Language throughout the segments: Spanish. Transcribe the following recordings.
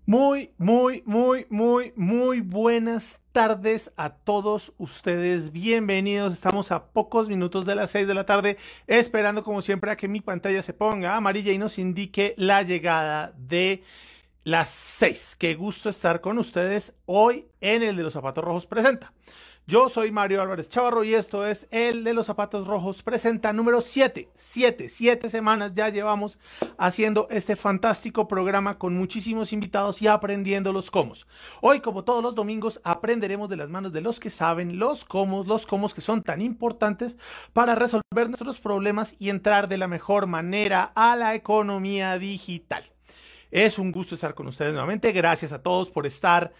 Muy buenas tardes a todos ustedes. Bienvenidos. Estamos a pocos minutos de las 6 de la tarde, esperando como siempre a que mi pantalla se ponga amarilla y nos indique la llegada de las 6. Qué gusto estar con ustedes hoy en el de los zapatos rojos presenta. Yo soy Mario Álvarez Chavarro y esto es el de los zapatos rojos presenta número 7. 7 semanas ya llevamos haciendo este fantástico programa con muchísimos invitados y aprendiendo los comos. Hoy, como todos los domingos, aprenderemos de las manos de los que saben los comos que son tan importantes para resolver nuestros problemas y entrar de la mejor manera a la economía digital. Es un gusto estar con ustedes nuevamente. Gracias a todos por estar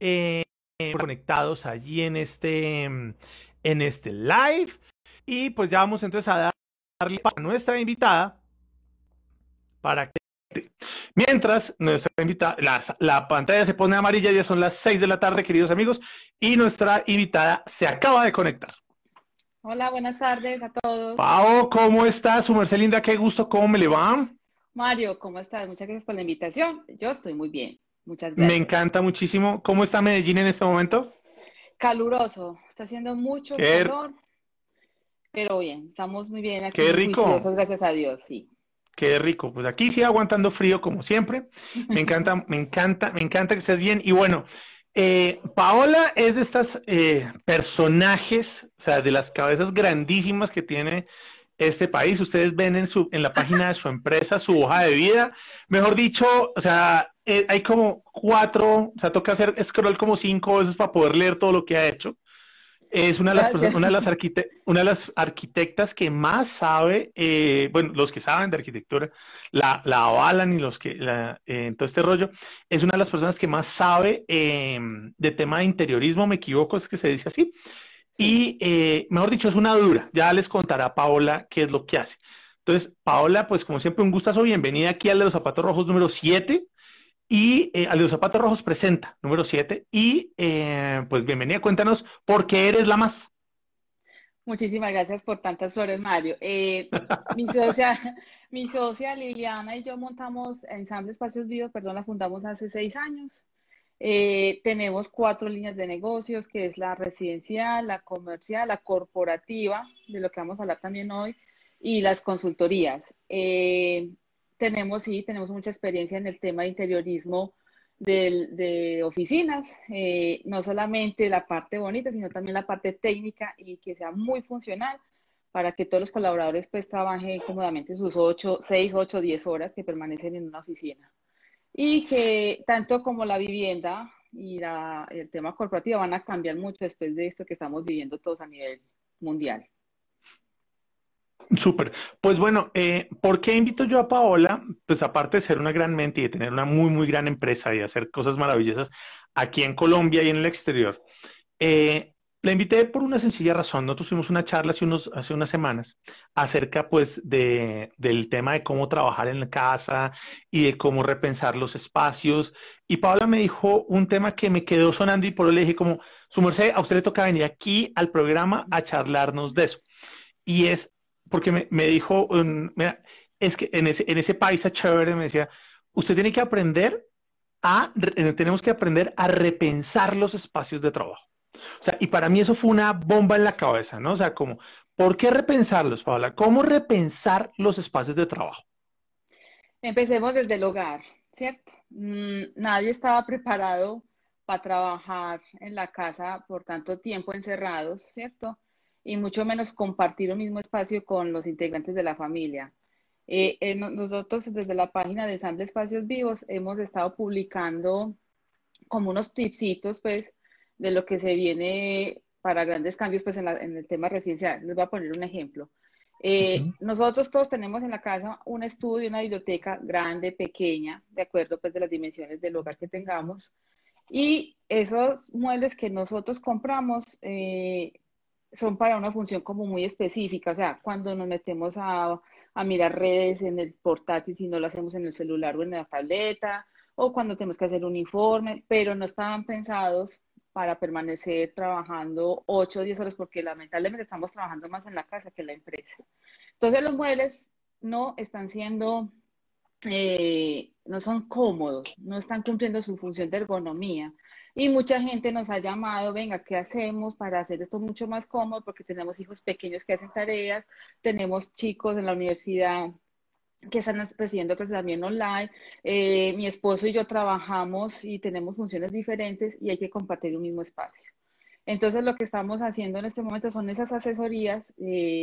conectados allí en este live. Y pues ya vamos entonces a darle a nuestra invitada para que mientras nuestra invitada, la pantalla se pone amarilla, ya son las 6 de la tarde, queridos amigos, y nuestra invitada se acaba de conectar. Hola, buenas tardes a todos. Pao, ¿cómo está? Su merced linda, qué gusto, ¿cómo me le va? Mario, ¿cómo estás? Muchas gracias por la invitación. Yo estoy muy bien. Muchas Me gracias. encanta muchísimo. ¿Cómo está Medellín en este momento? Caluroso, está haciendo mucho Qué, calor, pero bien, estamos muy bien qué aquí, rico. juiciosos, gracias a Dios, sí. Qué rico. Pues aquí sí aguantando frío como siempre. Me encanta que estés bien. Y bueno, Paola es de estas personajes, o sea, de las cabezas grandísimas que tiene este país. Ustedes ven en la página de su empresa su hoja de vida. Mejor dicho, o sea, hay como cuatro, o sea, toca hacer scroll como 5 veces para poder leer todo lo que ha hecho. Es una de las personas, Gracias. una de las arquitectas que más sabe, bueno, los que saben de arquitectura la avalan y los que, en todo este rollo, es una de las personas que más sabe de tema de interiorismo, me equivoco, es que se dice así, Sí. y mejor dicho, es una dura, ya les contará Paola qué es lo que hace. Entonces, Paola, pues como siempre, un gustazo, bienvenida aquí al de los zapatos rojos número 7 y al de los zapatos rojos presenta, número 7. Y pues bienvenida, cuéntanos por qué eres la más. Muchísimas gracias por tantas flores, Mario. Mi socia, mi socia Liliana y yo montamos Ensamble Espacios Vivos, perdón, la fundamos hace 6 años. Tenemos 4 líneas de negocios, que es la residencial, la comercial, la corporativa, de lo que vamos a hablar también hoy, y las consultorías. Sí, tenemos mucha experiencia en el tema de interiorismo de oficinas, no solamente la parte bonita, sino también la parte técnica y que sea muy funcional para que todos los colaboradores pues trabajen cómodamente sus 6, 8, 10 horas que permanecen en una oficina y que tanto como la vivienda y el tema corporativo van a cambiar mucho después de esto que estamos viviendo todos a nivel mundial. Súper. Pues bueno, ¿por qué invito yo a Paola? Pues aparte de ser una gran mente y de tener una muy gran empresa y hacer cosas maravillosas aquí en Colombia y en el exterior, la invité por una sencilla razón. Nosotros tuvimos una charla hace unas semanas acerca pues del tema de cómo trabajar en la casa y de cómo repensar los espacios. Y Paola me dijo un tema que me quedó sonando y por eso le dije como, su merced, a usted le toca venir aquí al programa a charlarnos de eso. Y es porque me dijo, mira, es que en ese paisa chévere me decía, usted tiene que aprender tenemos que aprender a repensar los espacios de trabajo. O sea, y para mí eso fue una bomba en la cabeza, ¿no? O sea, como, ¿por qué repensarlos, Paola? ¿Cómo repensar los espacios de trabajo? Empecemos desde el hogar, ¿cierto? Nadie estaba preparado para trabajar en la casa por tanto tiempo encerrados, ¿cierto? Y mucho menos compartir un mismo espacio con los integrantes de la familia. Nosotros desde la página de Ensamble Espacios Vivos hemos estado publicando como unos tipsitos, pues, de lo que se viene para grandes cambios, pues, en el tema residencial. Les voy a poner un ejemplo. Ujú. Nosotros todos tenemos en la casa un estudio, una biblioteca grande, pequeña, de acuerdo, pues, de las dimensiones del hogar que tengamos. Y esos muebles que nosotros compramos son para una función como muy específica. O sea, cuando nos metemos a mirar redes en el portátil, si no lo hacemos en el celular o en la tableta, o cuando tenemos que hacer un informe, pero no estaban pensados para permanecer trabajando 8 o 10 horas, porque lamentablemente estamos trabajando más en la casa que en la empresa. Entonces los muebles no están siendo no son cómodos, no están cumpliendo su función de ergonomía. Y mucha gente nos ha llamado, venga, ¿qué hacemos para hacer esto mucho más cómodo? Porque tenemos hijos pequeños que hacen tareas, tenemos chicos en la universidad que están recibiendo clases también online. Mi esposo y yo trabajamos y tenemos funciones diferentes y hay que compartir un mismo espacio. Entonces, lo que estamos haciendo en este momento son esas asesorías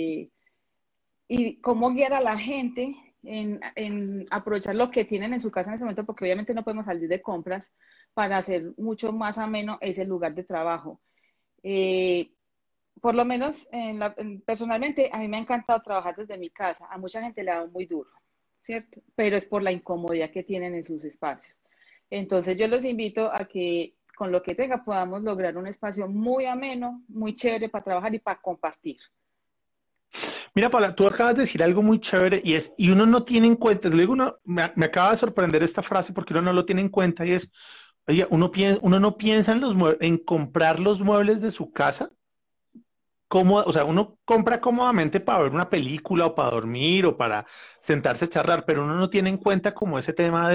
y cómo guiar a la gente en aprovechar lo que tienen en su casa en ese momento, porque obviamente no podemos salir de compras para hacer mucho más ameno ese lugar de trabajo. Eh, por lo menos personalmente, a mí me ha encantado trabajar desde mi casa. A mucha gente le ha dado muy duro, ¿cierto? Pero es por la incomodidad que tienen en sus espacios. Entonces yo los invito a que con lo que tenga podamos lograr un espacio muy ameno, muy chévere para trabajar y para compartir. Mira, Paula, tú acabas de decir algo muy chévere y uno no tiene en cuenta, luego me acaba de sorprender esta frase porque uno no lo tiene en cuenta y es, oye, uno no piensa en en comprar los muebles de su casa, cómodo, o sea, uno compra cómodamente para ver una película o para dormir o para sentarse a charlar, pero uno no tiene en cuenta como ese tema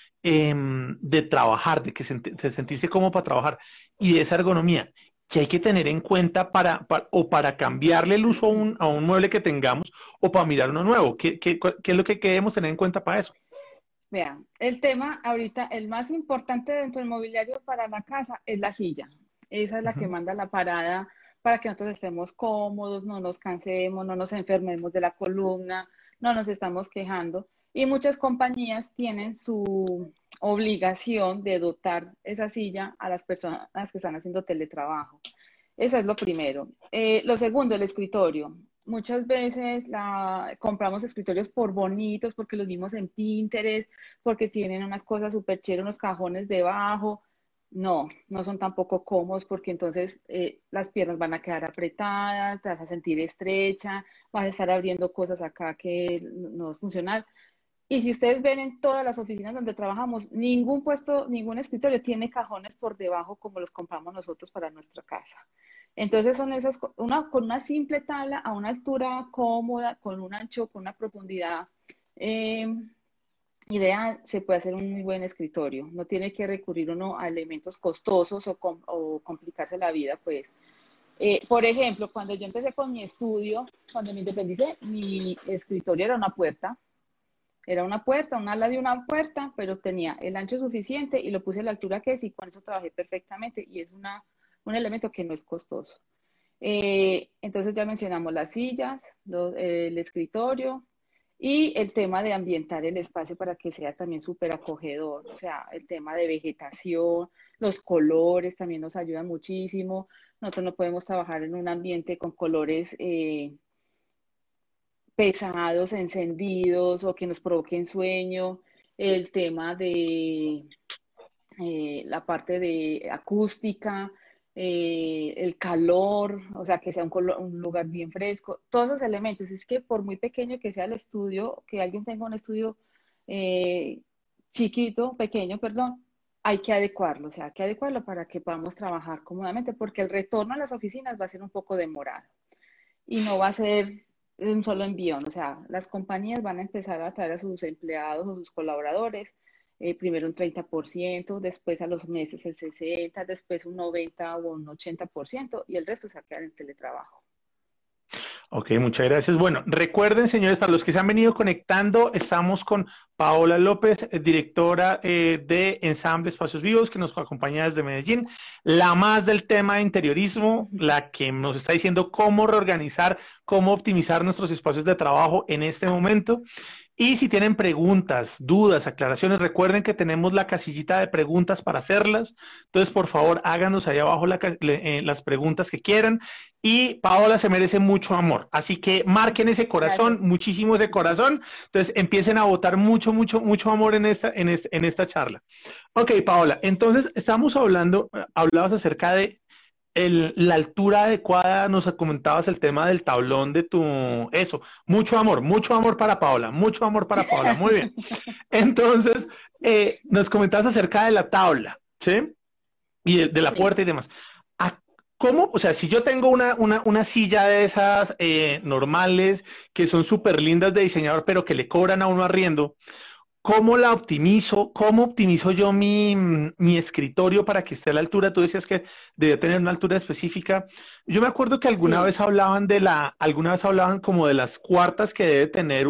de trabajar, de sentirse cómodo para trabajar y de esa ergonomía que hay que tener en cuenta o para cambiarle el uso a a un mueble que tengamos o para mirar uno nuevo. ¿Qué es lo que debemos tener en cuenta para eso? Vean, el tema ahorita, el más importante dentro del mobiliario para la casa es la silla. Esa es la que Ujú. manda la parada para que nosotros estemos cómodos, no nos cansemos, no nos enfermemos de la columna, no nos estamos quejando. Y muchas compañías tienen su obligación de dotar esa silla a las personas que están haciendo teletrabajo. Eso es lo primero. Lo segundo, el escritorio. Muchas veces compramos escritorios por bonitos, porque los vimos en Pinterest, porque tienen unas cosas súper chéveres, unos cajones debajo. No, no son tampoco cómodos porque entonces las piernas van a quedar apretadas, te vas a sentir estrecha, vas a estar abriendo cosas acá que no funcionan. Y si ustedes ven en todas las oficinas donde trabajamos, ningún puesto, ningún escritorio tiene cajones por debajo como los compramos nosotros para nuestra casa. Entonces son con una simple tabla a una altura cómoda, con un ancho, con una profundidad eh, ideal, se puede hacer un muy buen escritorio. No tiene que recurrir uno a elementos costosos o complicarse la vida, pues. Por ejemplo, cuando yo empecé con mi estudio, cuando me independicé, mi escritorio era una puerta, un ala de una puerta, pero tenía el ancho suficiente y lo puse a la altura que es y con eso trabajé perfectamente y es un elemento que no es costoso. Entonces ya mencionamos las sillas, el escritorio y el tema de ambientar el espacio para que sea también súper acogedor, o sea, el tema de vegetación, los colores también nos ayudan muchísimo. Nosotros no podemos trabajar en un ambiente con colores pesados, encendidos o que nos provoquen sueño, el tema de la parte de acústica, el calor, o sea, que sea un lugar bien fresco, todos esos elementos. Es que por muy pequeño que sea el estudio, que alguien tenga un estudio eh, chiquito, pequeño, perdón, hay que adecuarlo, o sea, hay que adecuarlo para que podamos trabajar cómodamente, porque el retorno a las oficinas va a ser un poco demorado y no va a ser un solo envión. O sea, las compañías van a empezar a traer a sus empleados o sus colaboradores, primero un 30%, después a los meses el 60%, después un 90% o un 80% y el resto se va a quedar en teletrabajo. Ok, muchas gracias. Bueno, recuerden, señores, para los que se han venido conectando, estamos con Paola López, directora de Ensamble Espacios Vivos, que nos acompaña desde Medellín, la más del tema de interiorismo, la que nos está diciendo cómo reorganizar, cómo optimizar nuestros espacios de trabajo en este momento. Y si tienen preguntas, dudas, aclaraciones, recuerden que tenemos la casillita de preguntas para hacerlas. Entonces, por favor, háganos ahí abajo las preguntas que quieran. Y Paola se merece mucho amor. Así que marquen ese corazón, Gracias. muchísimo ese corazón. Entonces, empiecen a botar mucho, mucho, mucho amor en en esta charla. Ok, Paola, entonces estamos hablabas acerca de la altura adecuada, nos comentabas el tema del tablón de eso, mucho amor para Paola, mucho amor para Paola, muy bien. Entonces, nos comentabas acerca de la tabla, ¿sí? Y de la Sí. puerta y demás. ¿A ¿Cómo? O sea, si yo tengo una silla de esas normales, que son súper lindas de diseñador, pero que le cobran a uno arriendo, ¿cómo la optimizo? ¿Cómo optimizo yo mi escritorio para que esté a la altura? Tú decías que debía tener una altura específica. Yo me acuerdo que Sí. alguna vez hablaban como de las cuartas que debe tener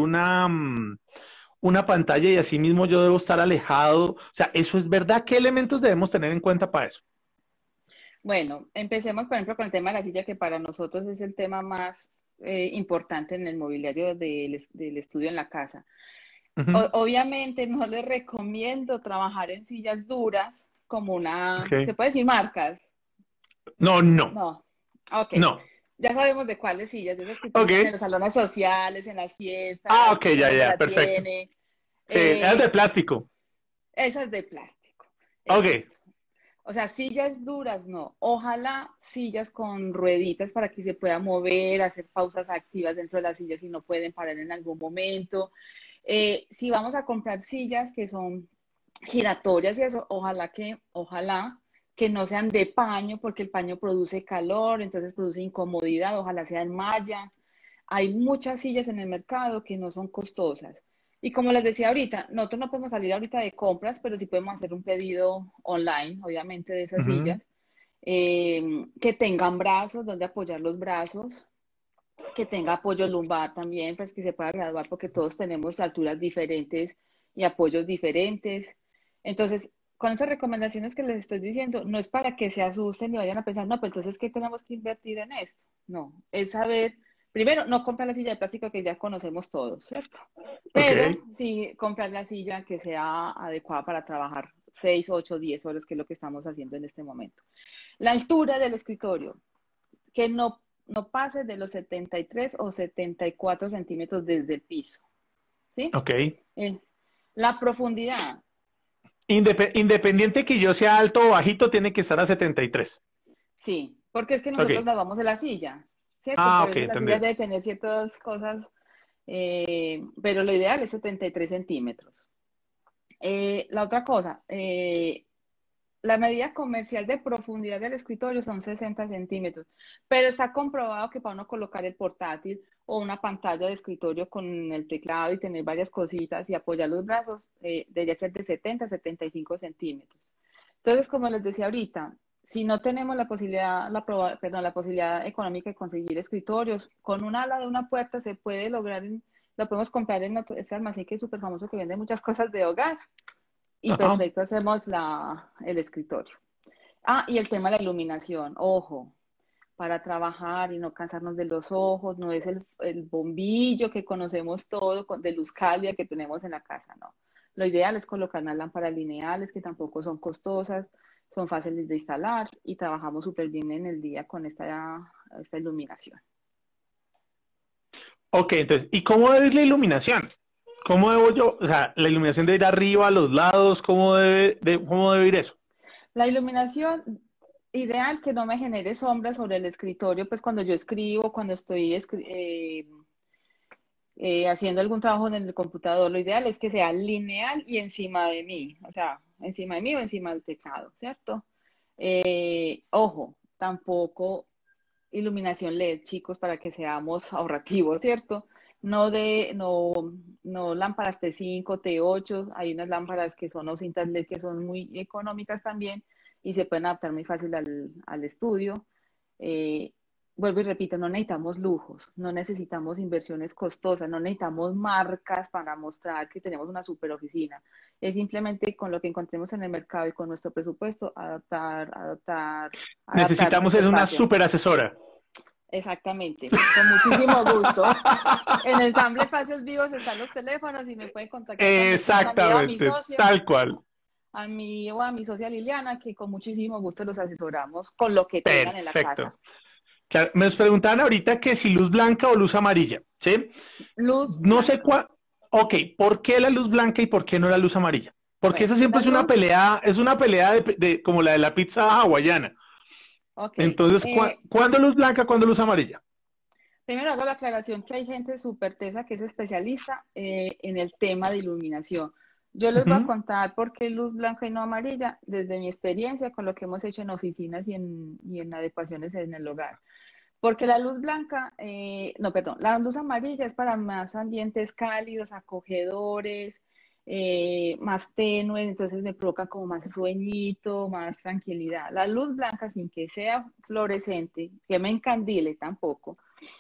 una pantalla y así mismo yo debo estar alejado. O sea, ¿eso es verdad? ¿Qué elementos debemos tener en cuenta para eso? Bueno, empecemos, por ejemplo, con el tema de la silla, que para nosotros es el tema más importante en el mobiliario del estudio en la casa. Ujú. Obviamente no les recomiendo trabajar en sillas duras como ¿se Ok. puede decir marcas? No, no, No. Ok. no. Ya sabemos de cuáles sillas, de esas que utilizan en Ok. los salones sociales, en las Ah, fiestas, ok, que todo ya, el mundo ya, la perfecto. tiene. Sí, es de Eh, plástico. Esas de plástico. Ok. Exacto. O sea, sillas duras, no. Ojalá sillas con rueditas para que se pueda mover, hacer pausas activas dentro de las sillas si no pueden parar en algún momento. Si vamos a comprar sillas que son giratorias y eso, ojalá que no sean de paño, porque el paño produce calor, entonces produce incomodidad, ojalá sea en malla. Hay muchas sillas en el mercado que no son costosas. Y como les decía ahorita, nosotros no podemos salir ahorita de compras, pero sí podemos hacer un pedido online, obviamente, de esas Ujú. sillas, que tengan brazos, donde apoyar los brazos, que tenga apoyo lumbar también, pues que se pueda graduar, porque todos tenemos alturas diferentes y apoyos diferentes. Entonces, con esas recomendaciones que les estoy diciendo, no es para que se asusten y vayan a pensar, no, pues entonces, ¿qué tenemos que invertir en esto? No, es saber, primero, no comprar la silla de plástico que ya conocemos todos, ¿cierto? Ok. Pero sí comprar la silla que sea adecuada para trabajar 6, 8, 10 horas, que es lo que estamos haciendo en este momento. La altura del escritorio, que no pase de los 73 o 74 centímetros desde el piso, ¿sí? Ok. Eh, la profundidad, Independiente que yo sea alto o bajito, tiene que estar a 73. sí, porque es que nosotros Ok. nos vamos de la silla, ¿cierto? Ah, Por ok, eso la silla entendido. debe tener ciertas cosas, pero lo ideal es 73 centímetros. La otra cosa, la medida comercial de profundidad del escritorio son 60 centímetros, pero está comprobado que para uno colocar el portátil o una pantalla de escritorio con el teclado y tener varias cositas y apoyar los brazos, debería ser de 70 a 75 centímetros. Entonces, como les decía ahorita, si no tenemos la posibilidad, la posibilidad económica de conseguir escritorios, con un ala de una puerta se puede lograr, lo podemos comprar en ese almacén que es súper famoso que vende muchas cosas de hogar y Ajá. perfecto hacemos el escritorio. Ah, y el tema de la iluminación, ojo, para trabajar y no cansarnos de los ojos, no es el bombillo que conocemos todo de luz cálida que tenemos en la casa, no. Lo ideal es colocar unas lámparas lineales que tampoco son costosas, son fáciles de instalar y trabajamos súper bien en el día con esta iluminación. Ok, entonces, ¿y cómo debe ir la iluminación? ¿Cómo debo yo? O sea, la iluminación debe ir arriba, a los lados, cómo debe ir eso? La iluminación ideal que no me genere sombras sobre el escritorio, pues cuando yo escribo, cuando estoy haciendo algún trabajo en el computador, lo ideal es que sea lineal y encima de mí, o sea, encima de mí o encima del teclado, ¿cierto? Ojo, tampoco iluminación LED, chicos, para que seamos ahorrativos, ¿cierto? No lámparas T5, T8, hay unas lámparas que son o cintas LED que son muy económicas también y se pueden adaptar muy fácil al estudio. Eh, Vuelvo y repito, no necesitamos lujos, no necesitamos inversiones costosas, no necesitamos marcas para mostrar que tenemos una super oficina. Es simplemente con lo que encontremos en el mercado y con nuestro presupuesto, adaptar Necesitamos nuestro es una espacio. super asesora. Exactamente, con muchísimo gusto. En Ensamble Espacios Vivos están los teléfonos y me pueden contactar cuando quieran a mí o a mi Exactamente, socio, tal cual. a mí o a mi socia Liliana, que con muchísimo gusto los asesoramos con lo que tengan en la casa. Perfecto. Claro, me preguntaban ahorita que si luz blanca o luz amarilla, ¿sí? Luz No sé blanca. cuál. Ok, ¿por qué la luz blanca y por qué no la luz amarilla? Porque Bueno, eso siempre la luz, es una pelea como la de la pizza hawaiana. ok. Entonces, ¿cuándo luz blanca, cuándo luz amarilla? Primero hago la aclaración que hay gente súper tesa que es especialista en el tema de iluminación. Yo les voy a Ujú. contar por qué luz blanca y no amarilla, desde mi experiencia con lo que hemos hecho en oficinas y en adecuaciones en el hogar. Porque la luz blanca, no, perdón, la luz amarilla es para más ambientes cálidos, acogedores, más tenue, entonces me provoca como más sueñito, más tranquilidad. La luz blanca, sin que sea fluorescente, que me encandile tampoco,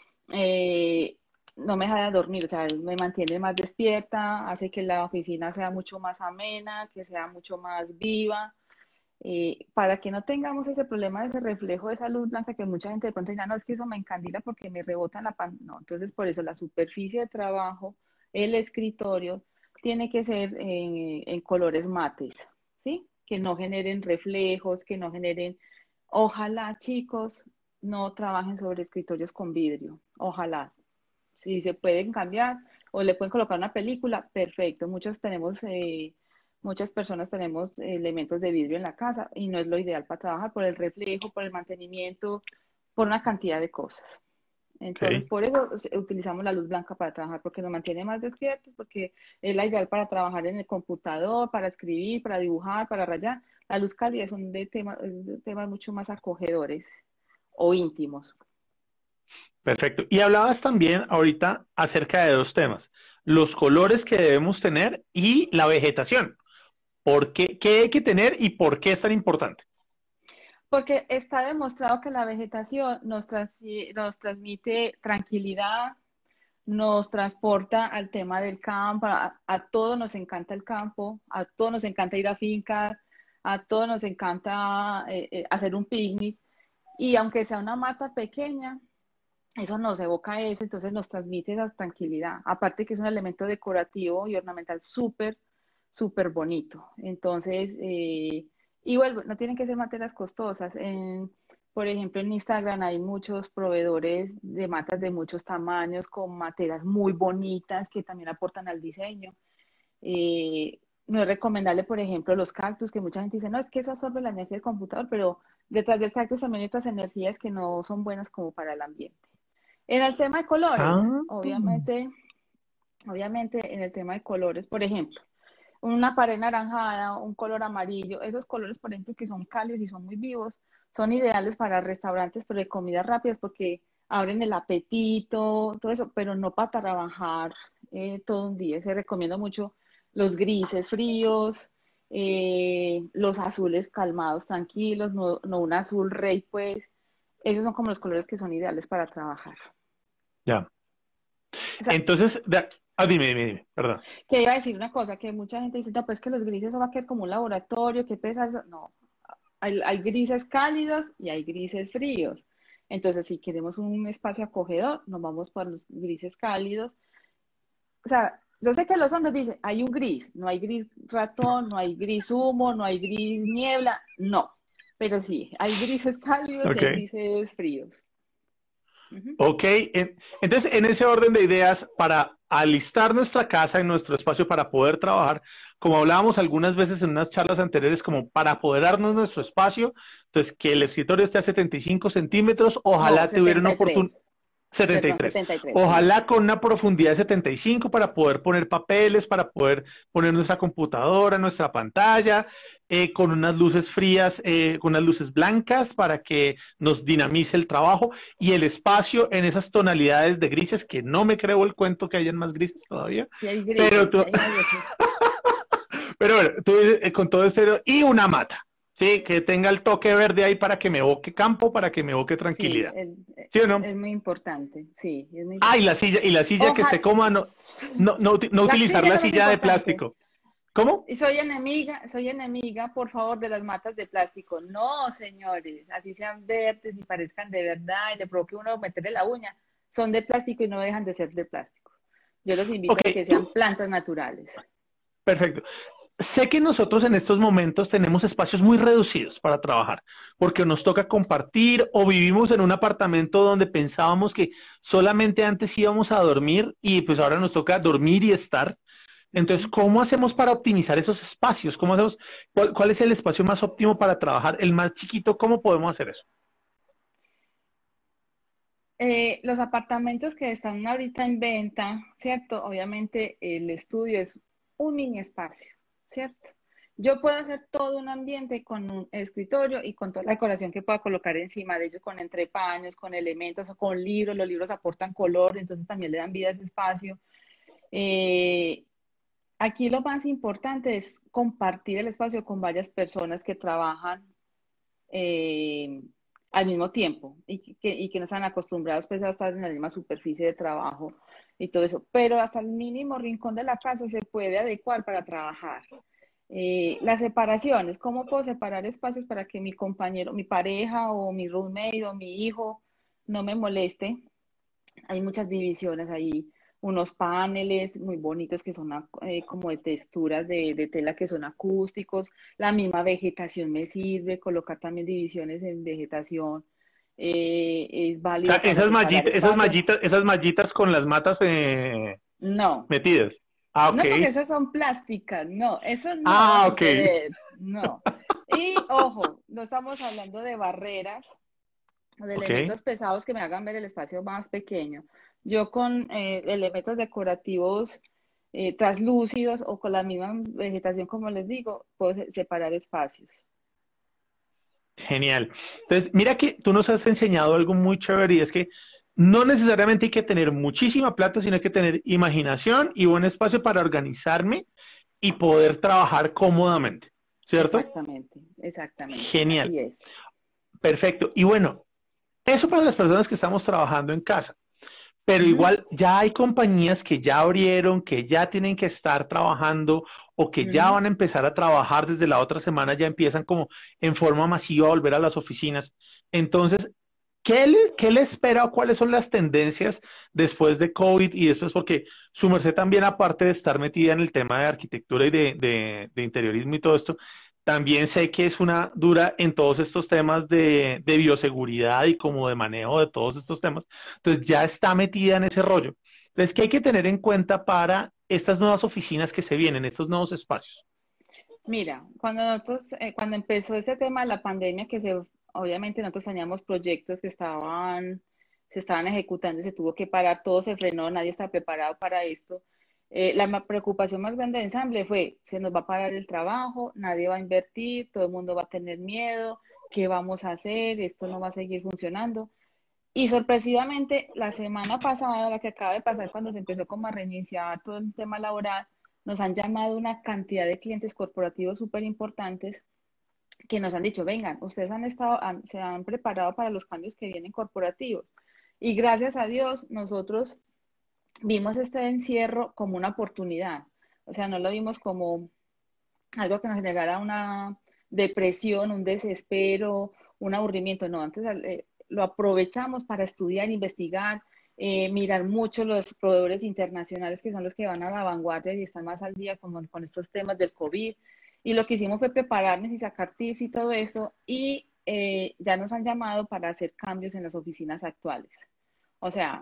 eh, no me deja de dormir, o sea, me mantiene más despierta, hace que la oficina sea mucho más amena, que sea mucho más viva, para que no tengamos ese problema de ese reflejo de esa luz blanca que mucha gente de pronto dirá, no, es que eso me encandila porque me rebota en la pan. No, entonces por eso la superficie de trabajo, el escritorio, tiene que ser en colores mates, ¿sí? Que no generen reflejos, que no generen... Ojalá, chicos, no trabajen sobre escritorios con vidrio. Ojalá. Si se pueden cambiar o le pueden colocar una película, perfecto. Muchas personas tenemos elementos de vidrio en la casa y no es lo ideal para trabajar por el reflejo, por el mantenimiento, por una cantidad de cosas. Entonces, Ok. por eso utilizamos la luz blanca para trabajar, porque nos mantiene más despiertos, porque es la ideal para trabajar en el computador, para escribir, para dibujar, para rayar. La luz cálida es de temas mucho más acogedores o íntimos. Perfecto. Y hablabas también ahorita acerca de dos temas, los colores que debemos tener y la vegetación. ¿Por qué? ¿Qué hay que tener y por qué es tan importante? Porque está demostrado que la vegetación nos transmite tranquilidad, nos transporta al tema del campo, a todos nos encanta el campo, a todos nos encanta ir a fincas, a todos nos encanta hacer un picnic, y aunque sea una mata pequeña, eso nos evoca eso, entonces nos transmite esa tranquilidad. Aparte que es un elemento decorativo y ornamental súper, súper bonito. Entonces, y bueno, no tienen que ser materias costosas. Por ejemplo, en Instagram hay muchos proveedores de matas de muchos tamaños, con materias muy bonitas que también aportan al diseño. No es recomendable, por ejemplo, los cactus, que mucha gente dice, no, es que eso absorbe la energía del computador, pero detrás del cactus también hay otras energías que no son buenas como para el ambiente. En el tema de colores, Ah, obviamente en el tema de colores, por ejemplo, una pared naranjada, un color amarillo, esos colores, por ejemplo, que son cálidos y son muy vivos, son ideales para restaurantes, pero de comidas rápidas, porque abren el apetito, todo eso, pero no para trabajar todo un día. Se recomienda mucho los grises fríos, los azules calmados, tranquilos, no un azul rey, pues. Esos son como los colores que son ideales para trabajar. ya. O sea, Entonces, dime, perdón. que iba a decir una cosa, que mucha gente dice, no, pues que los grises eso va a quedar como un laboratorio, qué pesa eso. No, hay grises cálidos y hay grises fríos. Entonces, si queremos un espacio acogedor, nos vamos por los grises cálidos. O sea, yo sé que los hombres dicen, hay un gris, no hay gris ratón, no hay gris humo, no hay gris niebla, no. Pero sí, hay grises cálidos y hay Ok. grises fríos. Ujú. Ok, entonces en ese orden de ideas, para alistar nuestra casa y nuestro espacio para poder trabajar, como hablábamos algunas veces en unas charlas anteriores, como para apoderarnos nuestro espacio, entonces que el escritorio esté a 75 centímetros, No, ojalá tuviera una 73. oportunidad. setenta y Perdón, tres. 73, sí. Ojalá con una profundidad de 75 para poder poner papeles, para poder poner nuestra computadora, nuestra pantalla, con unas luces frías, con unas luces blancas para que nos dinamice el trabajo y el espacio en esas tonalidades de grises, que no me creo el cuento que hayan más grises todavía, Sí hay pero, grises, sí hay unos grises. pero bueno, tú dices, con todo esto y una mata. Sí, que tenga el toque verde ahí para que me evoque campo, para que me evoque Sí, tranquilidad. ¿Sí o no? es muy importante, sí, es muy Ah, importante. y la silla que esté Ojalá, cómoda, no la utilizar silla la no es lo más silla de importante. plástico. ¿Cómo? Y soy enemiga, por favor, de las matas de plástico. No, señores, así sean verdes y parezcan de verdad y le provoque uno meterle la uña, son de plástico y no dejan de ser de plástico. Yo los invito Ok, a que sean plantas naturales. perfecto. Sé que nosotros en estos momentos tenemos espacios muy reducidos para trabajar, porque nos toca compartir o vivimos en un apartamento donde pensábamos que solamente antes íbamos a dormir y pues ahora nos toca dormir y estar. Entonces, Ujú. ¿cómo hacemos para optimizar esos espacios? ¿Cómo hacemos? ¿Cuál es el espacio más óptimo para trabajar? ¿El más chiquito? ¿Cómo podemos hacer eso? Los apartamentos que están ahorita en venta, ¿cierto? Obviamente el estudio es un mini espacio, ¿cierto? Yo puedo hacer todo un ambiente con un escritorio y con toda la decoración que pueda colocar encima de ellos, con entrepaños, con elementos o con libros. Los libros aportan color, entonces también le dan vida a ese espacio. Eh, Aquí lo más importante es compartir el espacio con varias personas que trabajan eh, al mismo tiempo y que no están acostumbrados pues, a estar en la misma superficie de trabajo y todo eso. Pero hasta el mínimo rincón de la casa se puede adecuar para trabajar. Las separaciones, ¿cómo puedo separar espacios para que mi compañero, mi pareja o mi roommate o mi hijo no me moleste? Hay muchas divisiones ahí, unos paneles muy bonitos que son como de texturas de tela que son acústicos, la misma vegetación me sirve, colocar también divisiones en vegetación es O sea, válido para separar espacios. esas mallitas con las matas No, metidas. Ah, ok. no porque esas son plásticas, no, eso no va a Ah, ok. suceder, no. Y ojo, no estamos hablando de barreras o de Ok. elementos pesados que me hagan ver el espacio más pequeño. Yo con elementos decorativos translúcidos o con la misma vegetación, como les digo, puedo separar espacios. Genial. Entonces, mira que tú nos has enseñado algo muy chévere y es que no necesariamente hay que tener muchísima plata, sino hay que tener imaginación y buen espacio para organizarme y poder trabajar cómodamente, ¿cierto? Exactamente, exactamente, Genial. así es. Perfecto. Y bueno, eso para las personas que estamos trabajando en casa. Pero Ujú, igual ya hay compañías que ya abrieron, que ya tienen que estar trabajando o que ya ujú. van a empezar a trabajar desde la otra semana, ya empiezan como en forma masiva a volver a las oficinas. Entonces, qué le espera o cuáles son las tendencias después de COVID y después? Porque su merced también, aparte de estar metida en el tema de arquitectura y de interiorismo y todo esto, también sé que es una dura en todos estos temas de bioseguridad y como de manejo de todos estos temas. Entonces ya está metida en ese rollo. Entonces, ¿qué hay que tener en cuenta para estas nuevas oficinas que se vienen, estos nuevos espacios? Mira, cuando nosotros, cuando empezó este tema de la pandemia, obviamente nosotros teníamos proyectos que se estaban ejecutando y se tuvo que parar, todo se frenó, nadie está preparado para esto. Preocupación más grande de Ensamble fue, se nos va a parar el trabajo, nadie va a invertir, todo el mundo va a tener miedo, ¿qué vamos a hacer? Esto no va a seguir funcionando. Y sorpresivamente, la semana pasada, la que acaba de pasar, cuando se empezó como a reiniciar todo el tema laboral, nos han llamado una cantidad de clientes corporativos súper importantes que nos han dicho, vengan, ustedes se han preparado para los cambios que vienen corporativos. Y gracias a Dios, nosotros vimos este encierro como una oportunidad. O sea, no lo vimos como algo que nos generara una depresión, un desespero, un aburrimiento. No, antes lo aprovechamos para estudiar, investigar, mirar mucho los proveedores internacionales que son los que van a la vanguardia y están más al día con estos temas del COVID. Y lo que hicimos fue prepararnos y sacar tips y todo eso. Y ya nos han llamado para hacer cambios en las oficinas actuales. O sea,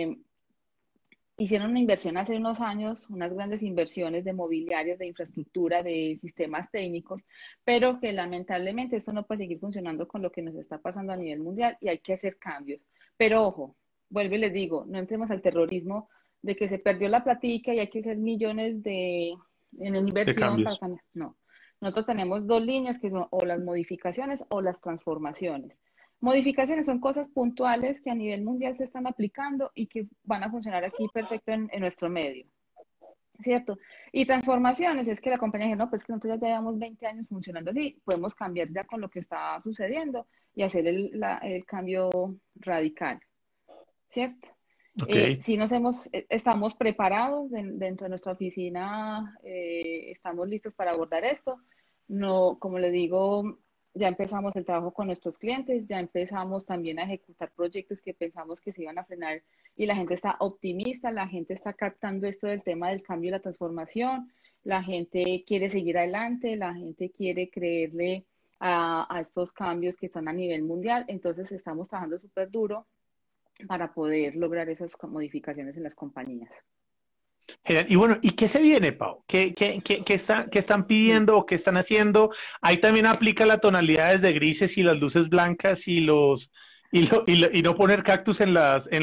hicieron una inversión hace unos años, unas grandes inversiones de mobiliarios, de infraestructura, de sistemas técnicos, pero que lamentablemente esto no puede seguir funcionando con lo que nos está pasando a nivel mundial y hay que hacer cambios. Pero ojo, vuelvo y les digo, no entremos al terrorismo de que se perdió la platica y hay que hacer millones en De inversión para cambios. cambiar. No, nosotros tenemos dos líneas que son o las modificaciones o las transformaciones. Modificaciones son cosas puntuales que a nivel mundial se están aplicando y que van a funcionar aquí perfecto en nuestro medio, ¿cierto? Y transformaciones es que la compañía dice, no, pues que nosotros ya llevamos 20 años funcionando así, podemos cambiar ya con lo que está sucediendo y hacer el cambio radical, ¿cierto? Ok. Si estamos preparados dentro de nuestra oficina, estamos listos para abordar esto. No, como le digo, ya empezamos el trabajo con nuestros clientes, ya empezamos también a ejecutar proyectos que pensamos que se iban a frenar y la gente está optimista, la gente está captando esto del tema del cambio y la transformación, la gente quiere seguir adelante, la gente quiere creerle a estos cambios que están a nivel mundial, entonces estamos trabajando súper duro para poder lograr esas modificaciones en las compañías. Genial. Y bueno, ¿y qué se viene, Pau? Qué están pidiendo o qué están haciendo? Ahí también aplica las tonalidades de grises y las luces blancas y y no poner cactus en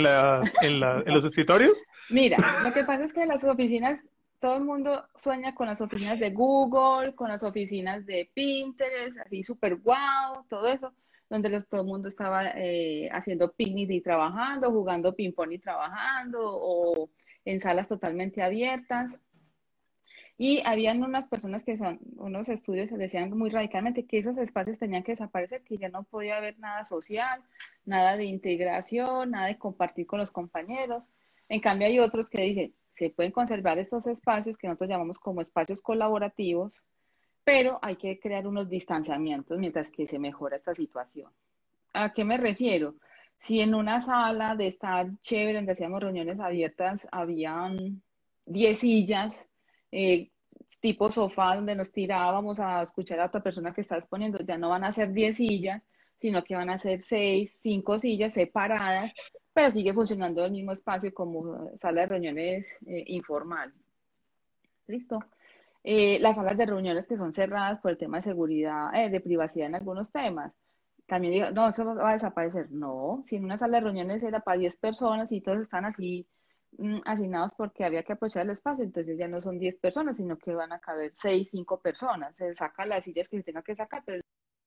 en los escritorios. Mira, lo que pasa es que las oficinas, todo el mundo sueña con las oficinas de Google, con las oficinas de Pinterest, así súper guau, todo eso, donde todo el mundo estaba haciendo picnic y trabajando, jugando ping-pong y trabajando, o en salas totalmente abiertas. Y habían unas personas que son, unos estudios que decían muy radicalmente que esos espacios tenían que desaparecer, que ya no podía haber nada social, nada de integración, nada de compartir con los compañeros. En cambio, hay otros que dicen, se pueden conservar estos espacios que nosotros llamamos como espacios colaborativos, pero hay que crear unos distanciamientos mientras que se mejora esta situación. ¿A qué me refiero? Si en una sala de estar chévere, donde hacíamos reuniones abiertas, habían 10 sillas, eh, tipo sofá, donde nos tirábamos a escuchar a otra persona que está exponiendo, ya no van a ser 10 sillas, sino que van a ser 6, 5 sillas separadas, pero sigue funcionando el mismo espacio como sala de reuniones informal. ¿Listo? Las salas de reuniones que son cerradas por el tema de seguridad, de privacidad en algunos temas. También digo, no, eso va a desaparecer. No, si en una sala de reuniones era para 10 personas y todos están así asignados porque había que aprovechar el espacio, entonces ya no son 10 personas, sino que van a caber 6, 5 personas. Se sacan las sillas que se tengan que sacar, pero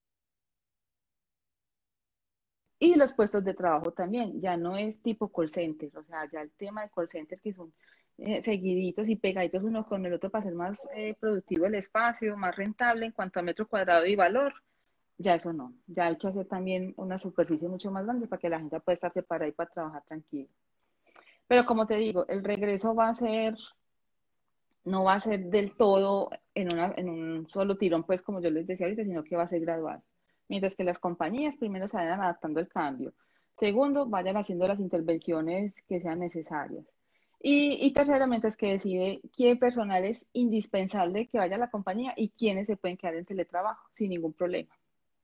y los puestos de trabajo también, ya no es tipo call center, o sea, ya el tema de call center que son seguiditos y pegaditos uno con el otro para hacer más productivo el espacio, más rentable en cuanto a metro cuadrado y valor, ya eso no, ya hay que hacer también una superficie mucho más grande para que la gente pueda estar separada y para trabajar tranquilo. Pero como te digo, el regreso va a ser, no va a ser del todo en un solo tirón, pues como yo les decía ahorita, sino que va a ser gradual. Mientras que las compañías primero se vayan adaptando al cambio. Segundo, vayan haciendo las intervenciones que sean necesarias. Y tercero, mientras que decide qué personal es indispensable que vaya a la compañía y quiénes se pueden quedar en teletrabajo sin ningún problema.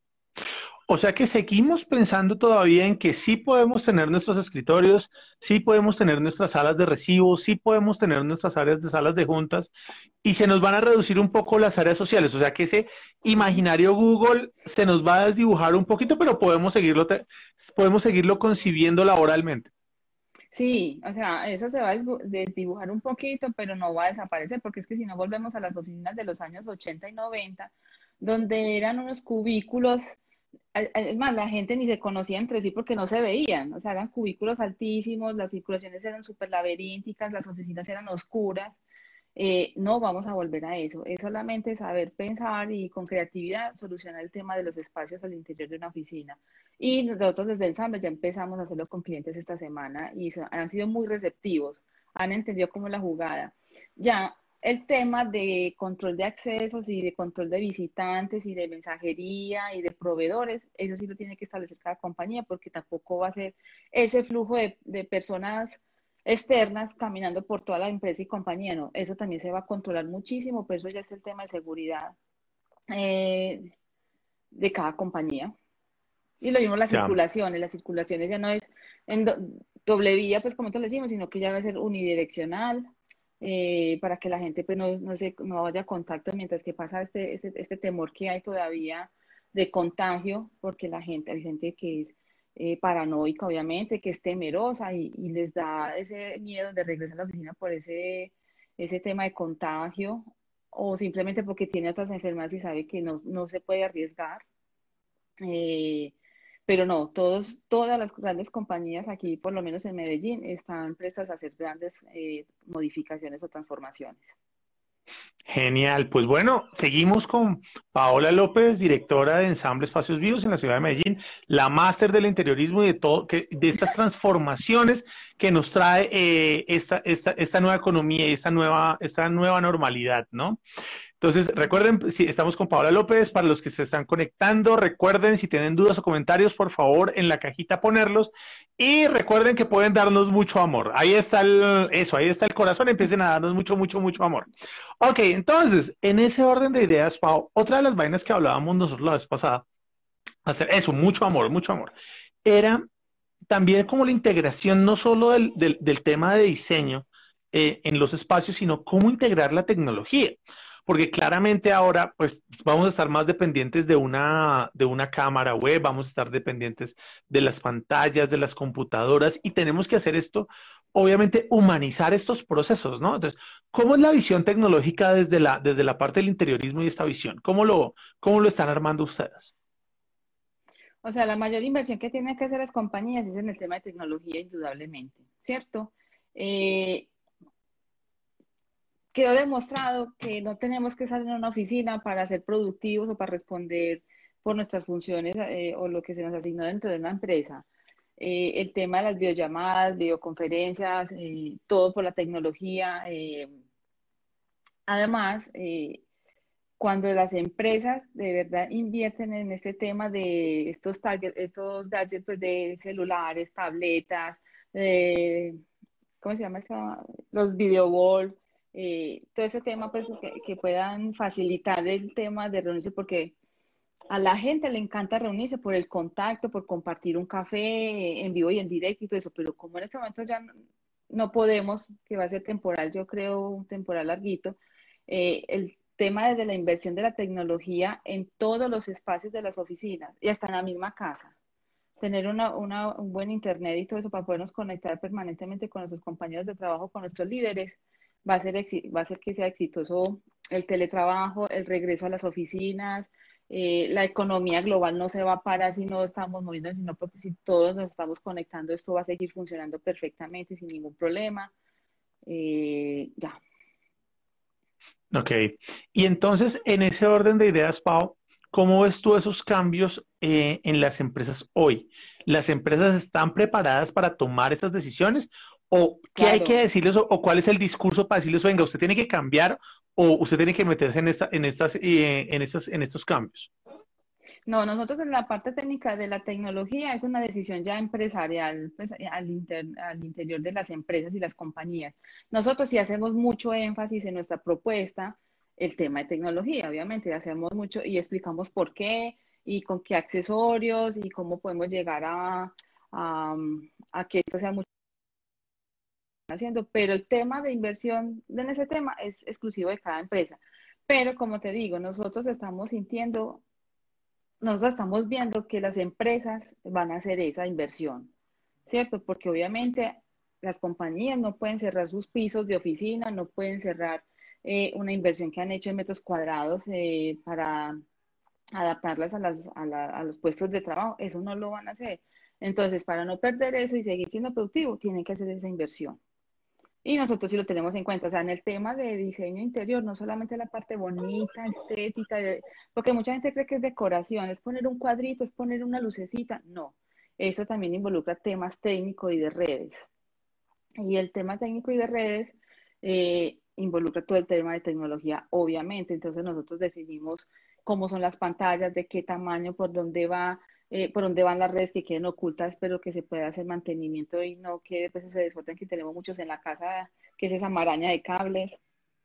O sea que seguimos pensando todavía en que sí podemos tener nuestros escritorios, sí podemos tener nuestras salas de recibo, sí podemos tener nuestras áreas de salas de juntas y se nos van a reducir un poco las áreas sociales. O sea que ese imaginario Google se nos va a desdibujar un poquito, pero podemos seguirlo concibiendo laboralmente. Sí, o sea, eso se va a desdibujar un poquito, pero no va a desaparecer, porque es que si no volvemos a las oficinas de los años 80 y 90, donde eran unos cubículos, es más, la gente ni se conocía entre sí porque no se veían, o sea, eran cubículos altísimos, las circulaciones eran súper laberínticas, las oficinas eran oscuras. No vamos a volver a eso, es solamente saber pensar y con creatividad solucionar el tema de los espacios al interior de una oficina. Y nosotros desde Ensamble ya empezamos a hacerlo con clientes esta semana y han sido muy receptivos, han entendido cómo la jugada. Ya el tema de control de accesos y de control de visitantes y de mensajería y de proveedores, eso sí lo tiene que establecer cada compañía porque tampoco va a ser ese flujo de personas externas caminando por toda la empresa y compañía, no, eso también se va a controlar muchísimo, pero eso ya es el tema de seguridad eh, de cada compañía. Y lo mismo Ya. las circulaciones ya no es en doble vía, pues como te lo decimos, sino que ya va a ser unidireccional, para que la gente pues no vaya a contactos mientras que pasa este temor que hay todavía de contagio, porque hay gente que es paranoica, obviamente, que es temerosa y les da ese miedo de regresar a la oficina por ese tema de contagio o simplemente porque tiene otras enfermedades y sabe que no se puede arriesgar. Eh, pero no, todas las grandes compañías aquí, por lo menos en Medellín, están prestas a hacer grandes modificaciones o transformaciones. Genial, pues bueno, seguimos con Paola López, directora de Ensamble Espacios Vivos en la ciudad de Medellín, la máster del interiorismo y de todo, de estas transformaciones que nos trae esta nueva economía y esta nueva normalidad, ¿no? Entonces, recuerden, si estamos con Paola López, para los que se están conectando, recuerden, si tienen dudas o comentarios, por favor, en la cajita ponerlos. Y recuerden que pueden darnos mucho amor. Ahí está ahí está el corazón, empiecen a darnos mucho, mucho, mucho amor. Ok, entonces, en ese orden de ideas, Pau, otra de las vainas que hablábamos nosotros la vez pasada, hacer eso, mucho amor, era también como la integración no solo del tema de diseño en los espacios, sino cómo integrar la tecnología. Porque claramente ahora, pues, vamos a estar más dependientes de una cámara web, vamos a estar dependientes de las pantallas, de las computadoras, y tenemos que hacer esto, obviamente, humanizar estos procesos, ¿no? Entonces, ¿cómo es la visión tecnológica desde la parte del interiorismo y esta visión? Cómo lo están armando ustedes? O sea, la mayor inversión que tienen que hacer las compañías es en el tema de tecnología, indudablemente, ¿cierto? Eh, quedó demostrado que no tenemos que estar en una oficina para ser productivos o para responder por nuestras funciones o lo que se nos asignó dentro de una empresa. El tema de las videollamadas, videoconferencias, todo por la tecnología. Además, cuando las empresas de verdad invierten en este tema de estos gadgets pues, de celulares, tabletas, eh, ¿cómo se llama esa? Los video walls, todo ese tema pues que puedan facilitar el tema de reunirse porque a la gente le encanta reunirse por el contacto, por compartir un café en vivo y en directo y todo eso, pero como en este momento ya no podemos, que va a ser temporal, yo creo un temporal larguito, el tema desde la inversión de la tecnología en todos los espacios de las oficinas y hasta en la misma casa. Tener un buen internet y todo eso para podernos conectar permanentemente con nuestros compañeros de trabajo, con nuestros líderes, va a ser que sea exitoso el teletrabajo, el regreso a las oficinas, la economía global no se va a parar si no estamos moviendo, sino porque si todos nos estamos conectando, esto va a seguir funcionando perfectamente sin ningún problema. Ya. Ok. Y entonces, en ese orden de ideas, Pau, ¿cómo ves tú esos cambios en las empresas hoy? ¿Las empresas están preparadas para tomar esas decisiones? ¿O qué hay que Claro. decirles? ¿O cuál es el discurso para decirles, venga, usted tiene que cambiar o usted tiene que meterse en estos cambios? No, nosotros en la parte técnica de la tecnología es una decisión ya empresarial, pues, al interior de las empresas y las compañías. Nosotros sí hacemos mucho énfasis en nuestra propuesta, el tema de tecnología, obviamente, hacemos mucho y explicamos por qué y con qué accesorios y cómo podemos llegar a, a que esto sea mucho haciendo, pero el tema de inversión en ese tema es exclusivo de cada empresa. Pero como te digo, nosotros estamos viendo que las empresas van a hacer esa inversión, ¿cierto? Porque obviamente las compañías no pueden cerrar sus pisos de oficina, no pueden cerrar una inversión que han hecho en metros cuadrados para adaptarlas a los puestos de trabajo. Eso no lo van a hacer. Entonces, para no perder eso y seguir siendo productivo, tienen que hacer esa inversión. Y nosotros sí lo tenemos en cuenta, o sea, en el tema de diseño interior, no solamente la parte bonita, estética, porque mucha gente cree que es decoración, es poner un cuadrito, es poner una lucecita, no, eso también involucra temas técnicos y de redes. Y el tema técnico y de redes involucra todo el tema de tecnología, obviamente. Entonces nosotros definimos cómo son las pantallas, de qué tamaño, por dónde van las redes que queden ocultas, pero que se pueda hacer mantenimiento y no que pues, se desorden, que tenemos muchos en la casa, que es esa maraña de cables.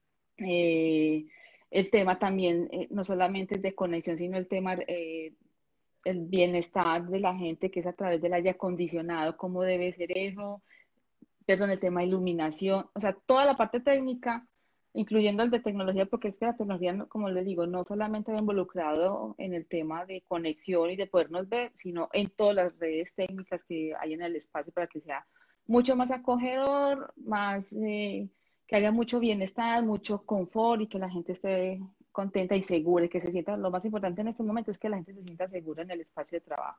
Eh, el tema también, no solamente es de conexión, sino el tema el bienestar de la gente, que es a través del aire acondicionado, cómo debe ser eso, perdón, el tema de iluminación, o sea, toda la parte técnica, incluyendo el de tecnología, porque es que la tecnología, como les digo, no solamente va involucrado en el tema de conexión y de podernos ver, sino en todas las redes técnicas que hay en el espacio para que sea mucho más acogedor, más que haya mucho bienestar, mucho confort y que la gente esté contenta y segura y que se sienta, lo más importante en este momento es que la gente se sienta segura en el espacio de trabajo.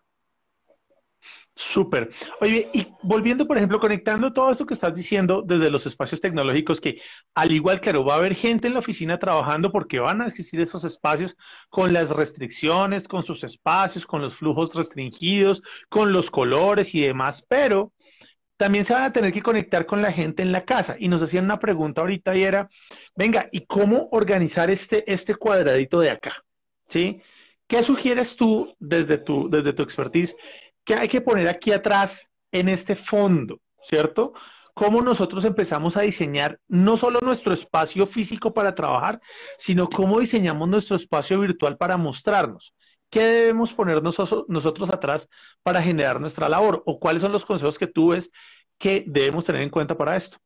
Súper. Oye, y volviendo, por ejemplo, conectando todo esto que estás diciendo desde los espacios tecnológicos, que al igual, claro, va a haber gente en la oficina trabajando porque van a existir esos espacios con las restricciones, con sus espacios, con los flujos restringidos, con los colores y demás, pero también se van a tener que conectar con la gente en la casa. Y nos hacían una pregunta ahorita y era, venga, ¿y cómo organizar este cuadradito de acá? ¿Sí? ¿Qué sugieres tú desde tu expertise que hay que poner aquí atrás en este fondo, ¿cierto? ¿Cómo nosotros empezamos a diseñar no solo nuestro espacio físico para trabajar, sino cómo diseñamos nuestro espacio virtual para mostrarnos? ¿Qué debemos poner nosotros atrás para generar nuestra labor? ¿O cuáles son los consejos que tú ves que debemos tener en cuenta para esto?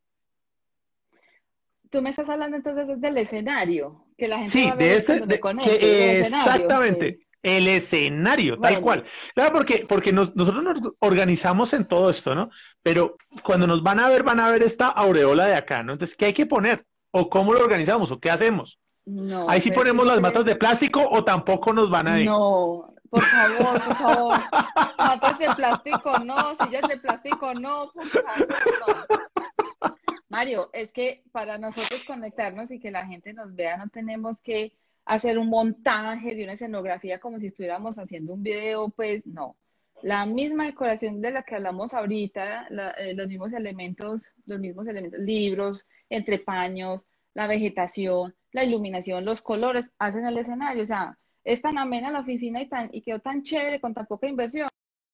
Tú me estás hablando entonces del escenario, que la gente Sí, va a ver es cuando me conecte, del escenario, ok. exactamente, el escenario, tal Bueno, cual. Claro, porque nosotros nos organizamos en todo esto, ¿no? Pero cuando nos van a ver esta aureola de acá, ¿no? Entonces, ¿qué hay que poner? ¿O cómo lo organizamos? ¿O qué hacemos? Ahí no, sí pero es que ponemos yo las matas creo, de plástico o tampoco nos van a ir. no, por favor, matas de plástico, no, sillas de plástico, no, por favor, no. Mario, es que para nosotros conectarnos y que la gente nos vea, no tenemos que hacer un montaje de una escenografía como si estuviéramos haciendo un video, pues no. La misma decoración de la que hablamos ahorita, los mismos elementos, libros, entre paños, la vegetación, la iluminación, los colores, hacen el escenario. O sea, es tan amena la oficina y quedó tan chévere con tan poca inversión.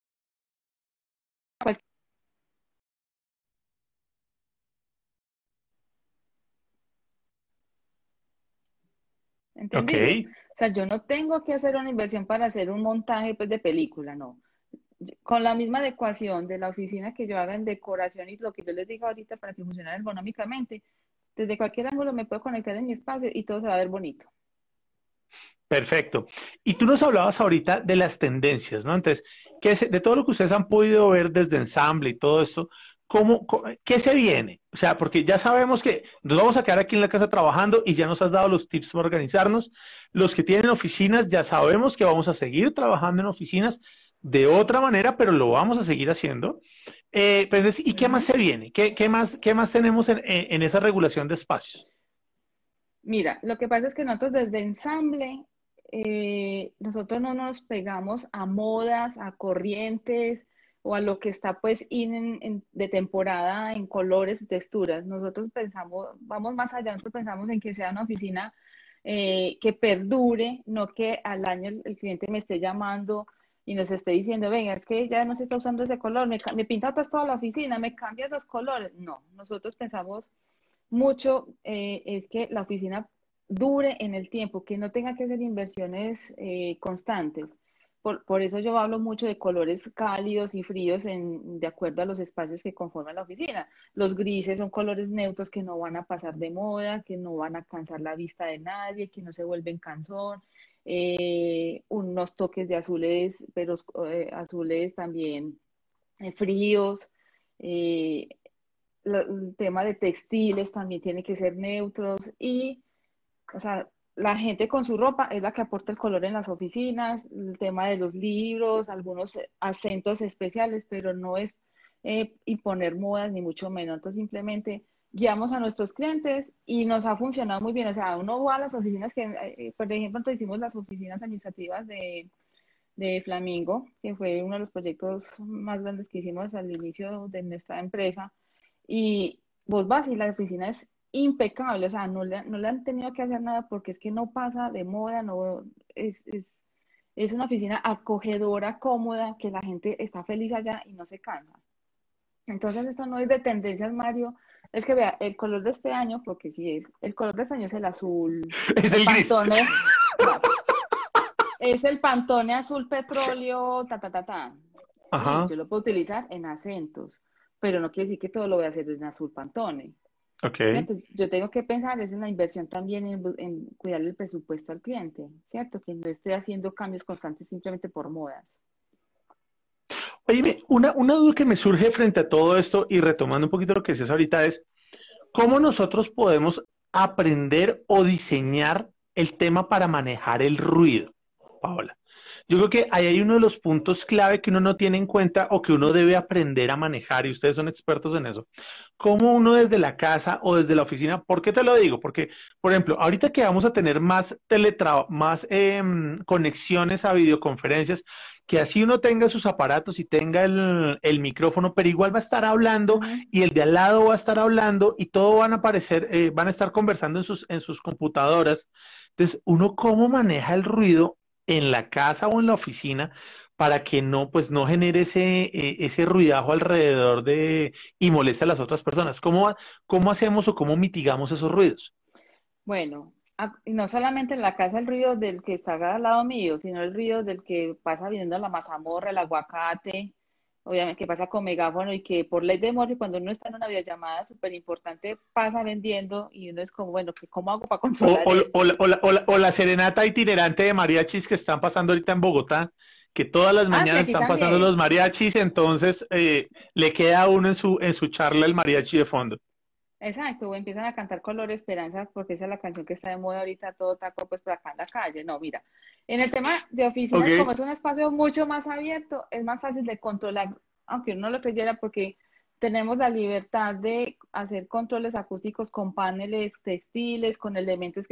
Ok, ¿Entendido? O sea, yo no tengo que hacer una inversión para hacer un montaje pues, de película, no. Con la misma adecuación de la oficina que yo haga en decoración y lo que yo les digo ahorita para que funcione ergonómicamente, desde cualquier ángulo me puedo conectar en mi espacio y todo se va a ver bonito. perfecto. Y tú nos hablabas ahorita de las tendencias, ¿no? Entonces, de todo lo que ustedes han podido ver desde ensamble y todo esto, ¿qué se viene? O sea, porque ya sabemos que nos vamos a quedar aquí en la casa trabajando y ya nos has dado los tips para organizarnos. Los que tienen oficinas, ya sabemos que vamos a seguir trabajando en oficinas de otra manera, pero lo vamos a seguir haciendo. ¿Y qué más Ujú. se viene? Qué más tenemos en esa regulación de espacios? Mira, lo que pasa es que nosotros desde ensamble, nosotros no nos pegamos a modas, a corrientes o a lo que está pues de temporada en colores y texturas. Nosotros pensamos, vamos más allá, nosotros pensamos en que sea una oficina que perdure, no que al año el cliente me esté llamando y nos esté diciendo, venga, es que ya no se está usando ese color, me pinta toda la oficina, me cambias los colores. No, nosotros pensamos mucho es que la oficina dure en el tiempo, que no tenga que hacer inversiones constantes. Por eso yo hablo mucho de colores cálidos y fríos de acuerdo a los espacios que conforman la oficina. Los grises son colores neutros que no van a pasar de moda, que no van a cansar la vista de nadie, que no se vuelven cansón. Unos toques de azules, pero azules también fríos. Eh, el tema de textiles también tiene que ser neutros y, o sea, la gente con su ropa es la que aporta el color en las oficinas, el tema de los libros, algunos acentos especiales, pero no es imponer modas ni mucho menos. Entonces simplemente guiamos a nuestros clientes y nos ha funcionado muy bien. O sea, uno va a las oficinas por ejemplo, nosotros hicimos las oficinas administrativas de Flamingo, que fue uno de los proyectos más grandes que hicimos al inicio de nuestra empresa. Y vos vas y la oficina es impecable, o sea, no le han tenido que hacer nada porque es que no pasa de moda, no, es una oficina acogedora, cómoda, que la gente está feliz allá y no se cansa. Entonces, esto no es de tendencias, Mario. Es que vea, el color de este año, porque sí es, el color de este año es el azul, Es el el gris. Pantone, no, es el Pantone azul petróleo, ta, ta, ta, ta. Sí, Ajá, yo lo puedo utilizar en acentos, pero no quiere decir que todo lo voy a hacer en azul Pantone. ok. ¿Cierto? Yo tengo que pensar es en la inversión también en cuidar el presupuesto al cliente, ¿cierto? Que no esté haciendo cambios constantes simplemente por modas. Oye, una duda que me surge frente a todo esto y retomando un poquito lo que decías ahorita es, ¿cómo nosotros podemos aprender o diseñar el tema para manejar el ruido, Paola? Yo creo que ahí hay uno de los puntos clave que uno no tiene en cuenta o que uno debe aprender a manejar, y ustedes son expertos en eso. ¿Cómo uno desde la casa o desde la oficina? ¿Por qué te lo digo? Porque, por ejemplo, ahorita que vamos a tener más conexiones a videoconferencias, que así uno tenga sus aparatos y tenga el micrófono, pero igual va a estar hablando Ujú. y el de al lado va a estar hablando y todo van a aparecer, van a estar conversando en sus computadoras. Entonces, ¿uno cómo maneja el ruido en la casa o en la oficina para que no, pues no genere ese ruidajo alrededor y moleste a las otras personas? ¿Cómo hacemos o cómo mitigamos esos ruidos? Bueno, y no solamente en la casa el ruido del que está al lado mío, sino el ruido del que pasa viendo la mazamorra, el aguacate, obviamente que pasa con megáfono y que por ley de Murphy cuando uno está en una videollamada súper importante pasa vendiendo y uno es como, bueno, ¿cómo hago para O, controlar o- o esto? la, o la- o la- o la serenata itinerante de mariachis que están pasando ahorita en Bogotá, que todas las Ah, sí, mañanas aquí están pasando los también. mariachis, entonces le queda a uno en su charla el mariachi de fondo. Exacto, o empiezan a cantar Color Esperanza porque esa es la canción que está de moda ahorita, todo taco pues por acá en la calle. No, mira, en el tema de Ok, oficinas, como es un espacio mucho más abierto, es más fácil de controlar, aunque uno no lo creyera, porque tenemos la libertad de hacer controles acústicos con paneles textiles, con elementos que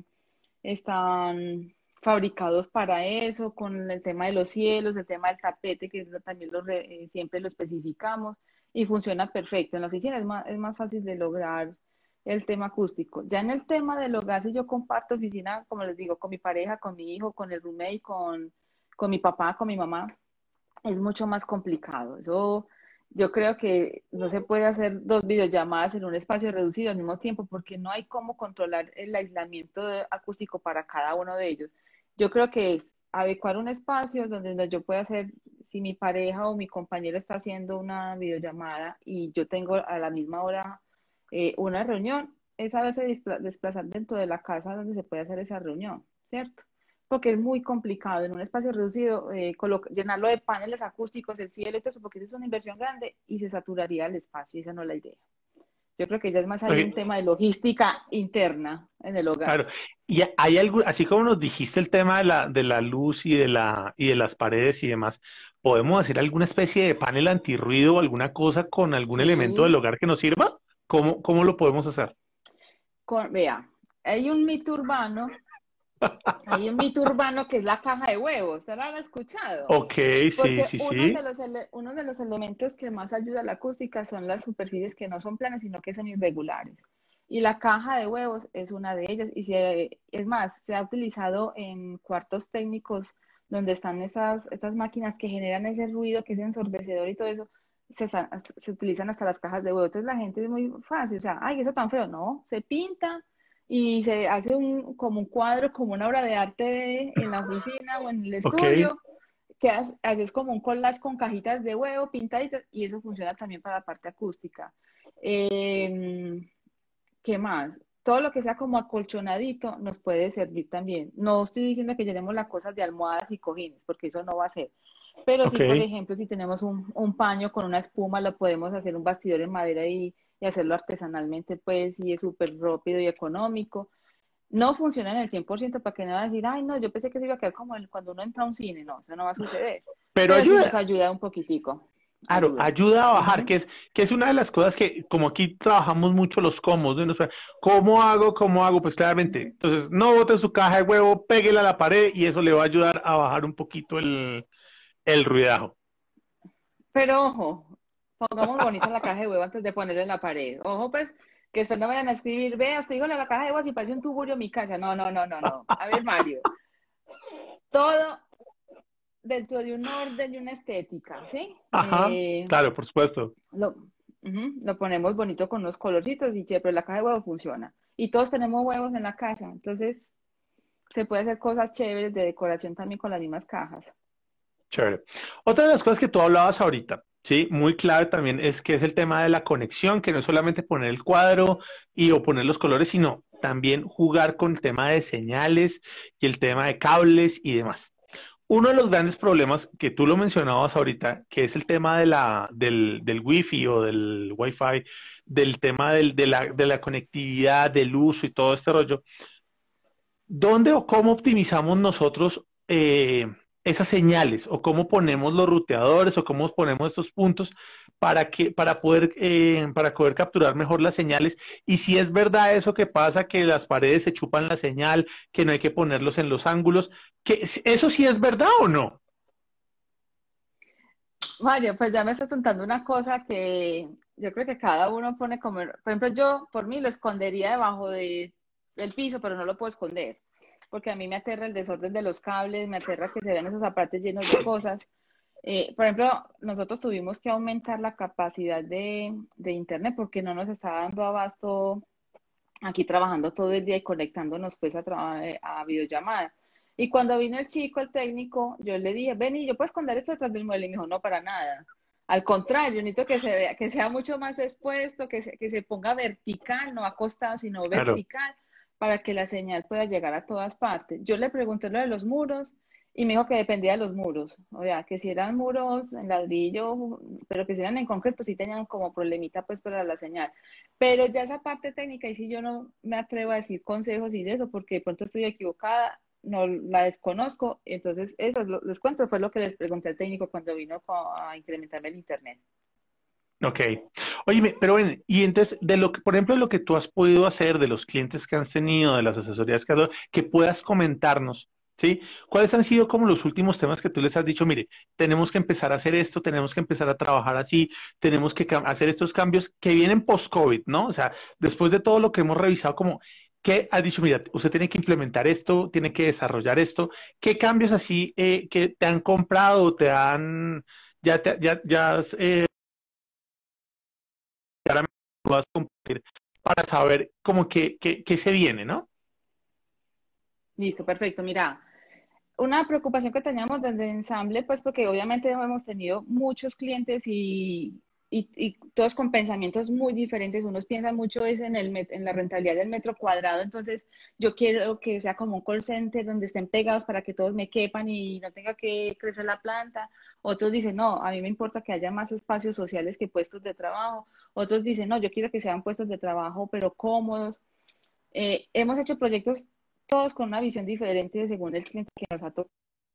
están fabricados para eso, con el tema de los cielos, el tema del tapete, que también siempre lo especificamos y funciona perfecto. En la oficina es más fácil de lograr el tema acústico. Ya en el tema del hogar, si yo comparto oficina, como les digo, con mi pareja, con mi hijo, con el roommate, con mi papá, con mi mamá, es mucho más complicado. Eso yo creo que no se puede hacer dos videollamadas en un espacio reducido al mismo tiempo porque no hay cómo controlar el aislamiento acústico para cada uno de ellos. Yo creo que es adecuar un espacio donde yo pueda hacer, si mi pareja o mi compañero está haciendo una videollamada y yo tengo a la misma hora una reunión, es saberse desplazar dentro de la casa donde se puede hacer esa reunión, ¿cierto? Porque es muy complicado en un espacio reducido llenarlo de paneles acústicos, el cielo y todo eso, porque eso es una inversión grande y se saturaría el espacio, y esa no es la idea. Yo creo que ya es más ahí un Ok, tema de logística interna en el hogar. claro. Y hay algo, así como nos dijiste el tema de la luz y de las paredes y demás, ¿podemos hacer alguna especie de panel antirruido o alguna cosa con algún elemento del Sí, hogar que nos sirva? Cómo lo podemos hacer? vea, hay un mito urbano, hay un mito urbano que es la caja de huevos, ¿usted lo han escuchado? Ok, sí, Porque sí, sí. uno de los elementos que más ayuda a la acústica son las superficies que no son planas, sino que son irregulares. Y la caja de huevos es una de ellas. Es más, se ha utilizado en cuartos técnicos donde están estas máquinas que generan ese ruido, que es ensordecedor y todo eso. Se utilizan hasta las cajas de huevos. Entonces la gente es muy fácil. O sea, ay, eso tan feo. No, se pinta y se hace como un cuadro, como una obra de arte en la oficina o en el Ok, estudio que haces como un collage con cajitas de huevo pintaditas y eso funciona también para la parte acústica. Eh, ¿Qué más? Todo lo que sea como acolchonadito nos puede servir también. No estoy diciendo que llenemos las cosas de almohadas y cojines, porque eso no va a ser. Pero sí, por ok. ejemplo, si tenemos un paño con una espuma, lo podemos hacer un bastidor en madera y hacerlo artesanalmente, pues, y es súper rápido y económico. No funciona en el 100% para que no va a decir, ay, no, yo pensé que se iba a quedar como cuando uno entra a un cine. No, eso no va a suceder. Pero Pero sí nos ayuda. ayuda un poquitico. Claro, Ayuda. ayuda a bajar, Ujú. que es una de las cosas que, como aquí trabajamos mucho los cómodos, ¿no? ¿Cómo hago? ¿Cómo hago? Pues claramente, entonces, no bote su caja de huevo, péguela a la pared y eso le va a ayudar a bajar un poquito el ruidajo. Pero ojo, pongamos bonita la caja de huevo antes de ponerla en la pared. Ojo, pues, que después no vayan a escribir, vea, usted dijo la caja de huevos y parece un tugurio en mi casa. No, no, no, no, no. A ver, Mario, todo dentro de un orden y una estética, ¿sí? Ajá, claro, por supuesto. Lo ponemos bonito con unos colorcitos y che, pero la caja de huevos funciona. Y todos tenemos huevos en la casa, entonces se puede hacer cosas chéveres de decoración también con las mismas cajas. Chévere. Otra de las cosas que tú hablabas ahorita, sí, muy clave también es que es el tema de la conexión, que no es solamente poner el cuadro y o poner los colores, sino también jugar con el tema de señales y el tema de cables y demás. Uno de los grandes problemas que tú lo mencionabas ahorita, que es el tema del Wi-Fi o del Wi-Fi, del tema de la conectividad, del uso y todo este rollo, ¿dónde o cómo optimizamos nosotros esas señales o cómo ponemos los ruteadores o cómo ponemos estos puntos para poder capturar mejor las señales? Y si es verdad eso que pasa, que las paredes se chupan la señal, que no hay que ponerlos en los ángulos, que eso sí es verdad o no. Mario, pues ya me estás preguntando una cosa que yo creo que cada uno pone como, por ejemplo, yo por mí lo escondería del piso, pero no lo puedo esconder, porque a mí me aterra el desorden de los cables, me aterra que se vean esos aparatos llenos de cosas. Por ejemplo, nosotros tuvimos que aumentar la capacidad de internet porque no nos está dando abasto aquí trabajando todo el día y conectándonos pues a videollamada. Y cuando vino el chico, el técnico, yo le dije, ven y yo puedo esconder esto detrás del mueble. Y me dijo, no, para nada. Al contrario, yo necesito que se vea, que sea mucho más expuesto, que se ponga vertical, no acostado, sino Claro. vertical, para que la señal pueda llegar a todas partes. Yo le pregunté lo de los muros y me dijo que dependía de los muros. O sea, que si eran muros en ladrillo, pero que si eran en concreto, sí tenían como problemita pues para la señal. Pero ya esa parte técnica, y si yo no me atrevo a decir consejos y de eso, porque de pronto estoy equivocada, no la desconozco, entonces eso les cuento, fue lo que les pregunté al técnico cuando vino a incrementarme el internet. Ok. Oye, pero bueno, y entonces, de lo que, por ejemplo, de lo que tú has podido hacer, de los clientes que has tenido, de las asesorías que has dado, que puedas comentarnos, ¿sí? ¿Cuáles han sido como los últimos temas que tú les has dicho? Mire, tenemos que empezar a hacer esto, tenemos que empezar a trabajar así, tenemos que hacer estos cambios que vienen post-COVID, ¿no? O sea, después de todo lo que hemos revisado, como, ¿qué has dicho? Mira, usted tiene que implementar esto, tiene que desarrollar esto. ¿Qué cambios así que te han comprado, o te han, ya has claramente puedas compartir para saber cómo que se viene, ¿no? Listo, perfecto. Mira, una preocupación que teníamos desde Ensamble, pues porque obviamente hemos tenido muchos clientes y todos con pensamientos muy diferentes. Unos piensan mucho es en en la rentabilidad del metro cuadrado, entonces yo quiero que sea como un call center donde estén pegados para que todos me quepan y no tenga que crecer la planta. Otros dicen, no, a mí me importa que haya más espacios sociales que puestos de trabajo. Otros dicen, no, yo quiero que sean puestos de trabajo, pero cómodos. Hemos hecho proyectos todos con una visión diferente según el cliente que nos ha tocado.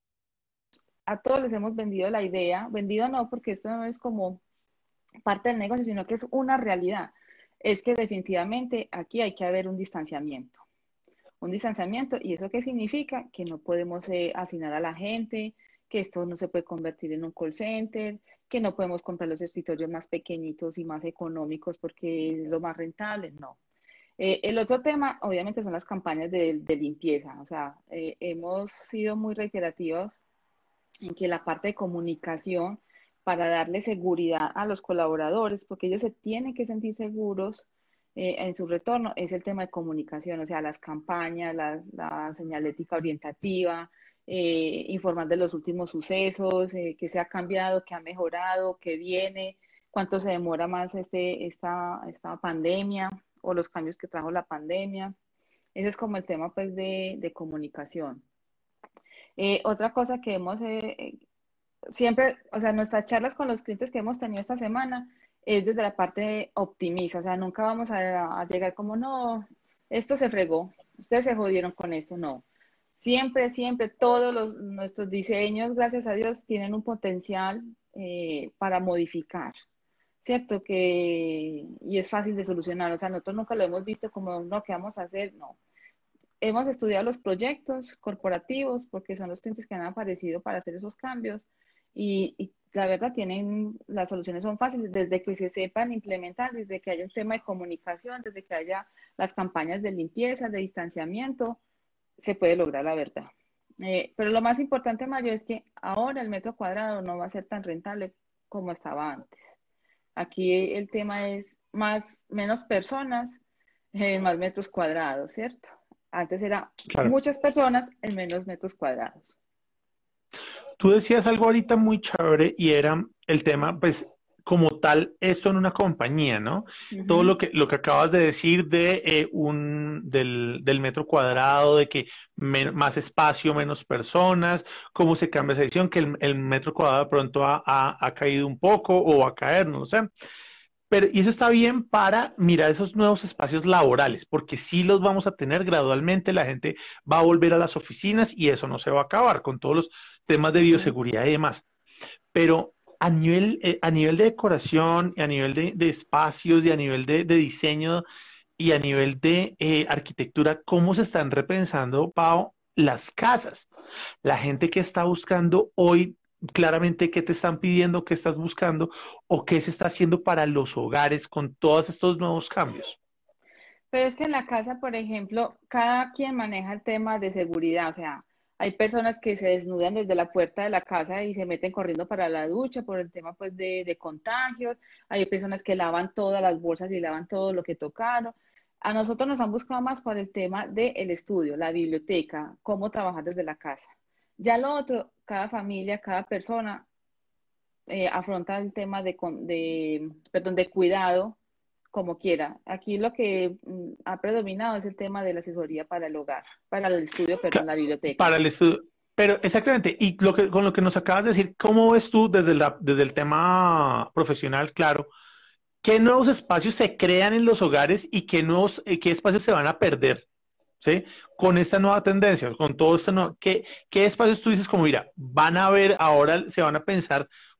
A todos les hemos vendido la idea, vendido no, porque esto no es como parte del negocio, sino que es una realidad. Es que definitivamente aquí hay que haber un distanciamiento. Un distanciamiento, ¿y eso qué significa? Que no podemos asignar a la gente, que esto no se puede convertir en un call center, que no podemos comprar los escritorios más pequeñitos y más económicos porque es lo más rentable, no. El otro tema, obviamente, son las campañas de limpieza. O sea, hemos sido muy reiterativos en que la parte de comunicación para darle seguridad a los colaboradores, porque ellos se tienen que sentir seguros en su retorno, es el tema de comunicación, o sea, las campañas, la señalética orientativa, informar de los últimos sucesos, qué se ha cambiado, qué ha mejorado, qué viene, cuánto se demora más esta pandemia o los cambios que trajo la pandemia. Ese es como el tema pues de comunicación. Otra cosa que hemos siempre, o sea, nuestras charlas con los clientes que hemos tenido esta semana es desde la parte optimista, o sea, nunca vamos a llegar como, no, esto se fregó, ustedes se jodieron con esto, no. Siempre, siempre, todos nuestros diseños, gracias a Dios, tienen un potencial para modificar, ¿cierto? Y es fácil de solucionar, o sea, nosotros nunca lo hemos visto como, no, ¿qué vamos a hacer? No. Hemos estudiado los proyectos corporativos porque son los clientes que han aparecido para hacer esos cambios y la verdad tienen, las soluciones son fáciles desde que se sepan implementar, desde que haya un tema de comunicación, desde que haya las campañas de limpieza, de distanciamiento, se puede lograr la verdad. Pero lo más importante, Mario, es que ahora el metro cuadrado no va a ser tan rentable como estaba antes. Aquí el tema es menos personas, más metros cuadrados, ¿cierto? Antes era Claro. muchas personas en menos metros cuadrados. Tú decías algo ahorita muy chévere y era el tema, pues, como tal, esto en una compañía, ¿no? Todo Ujú. lo que acabas de decir de del metro cuadrado, de que más espacio, menos personas, cómo se cambia esa edición, que el metro cuadrado de pronto ha caído un poco o va a caer, no lo sé. Pero, y eso está bien para mirar esos nuevos espacios laborales, porque sí los vamos a tener gradualmente, la gente va a volver a las oficinas y eso no se va a acabar con todos los temas de Ujú. bioseguridad y demás. Pero a nivel de decoración, y a nivel de espacios y a nivel de diseño y a nivel de arquitectura, ¿cómo se están repensando, Pau, las casas? La gente que está buscando hoy, claramente, qué te están pidiendo, qué estás buscando o qué se está haciendo para los hogares con todos estos nuevos cambios. Pero es que en la casa, por ejemplo, cada quien maneja el tema de seguridad. O sea, hay personas que se desnudan desde la puerta de la casa y se meten corriendo para la ducha por el tema pues de contagios. Hay personas que lavan todas las bolsas y lavan todo lo que tocaron. A nosotros nos han buscado más por el tema del estudio, la biblioteca, cómo trabajar desde la casa. Ya lo otro, cada familia, cada persona afronta el tema perdón, de cuidado como quiera. Aquí lo que ha predominado es el tema de la asesoría para el hogar, para el estudio, perdón, Cla- la Para biblioteca. el estudio. Pero exactamente, y con lo que nos acabas de decir, ¿cómo ves tú desde el tema profesional, claro, qué nuevos espacios se crean en los hogares y qué espacios se van a perder? ¿Sí? Con esta nueva tendencia, con todo esto nuevo, ¿qué espacios tú dices como, mira, van a ver ahora, se van a pensar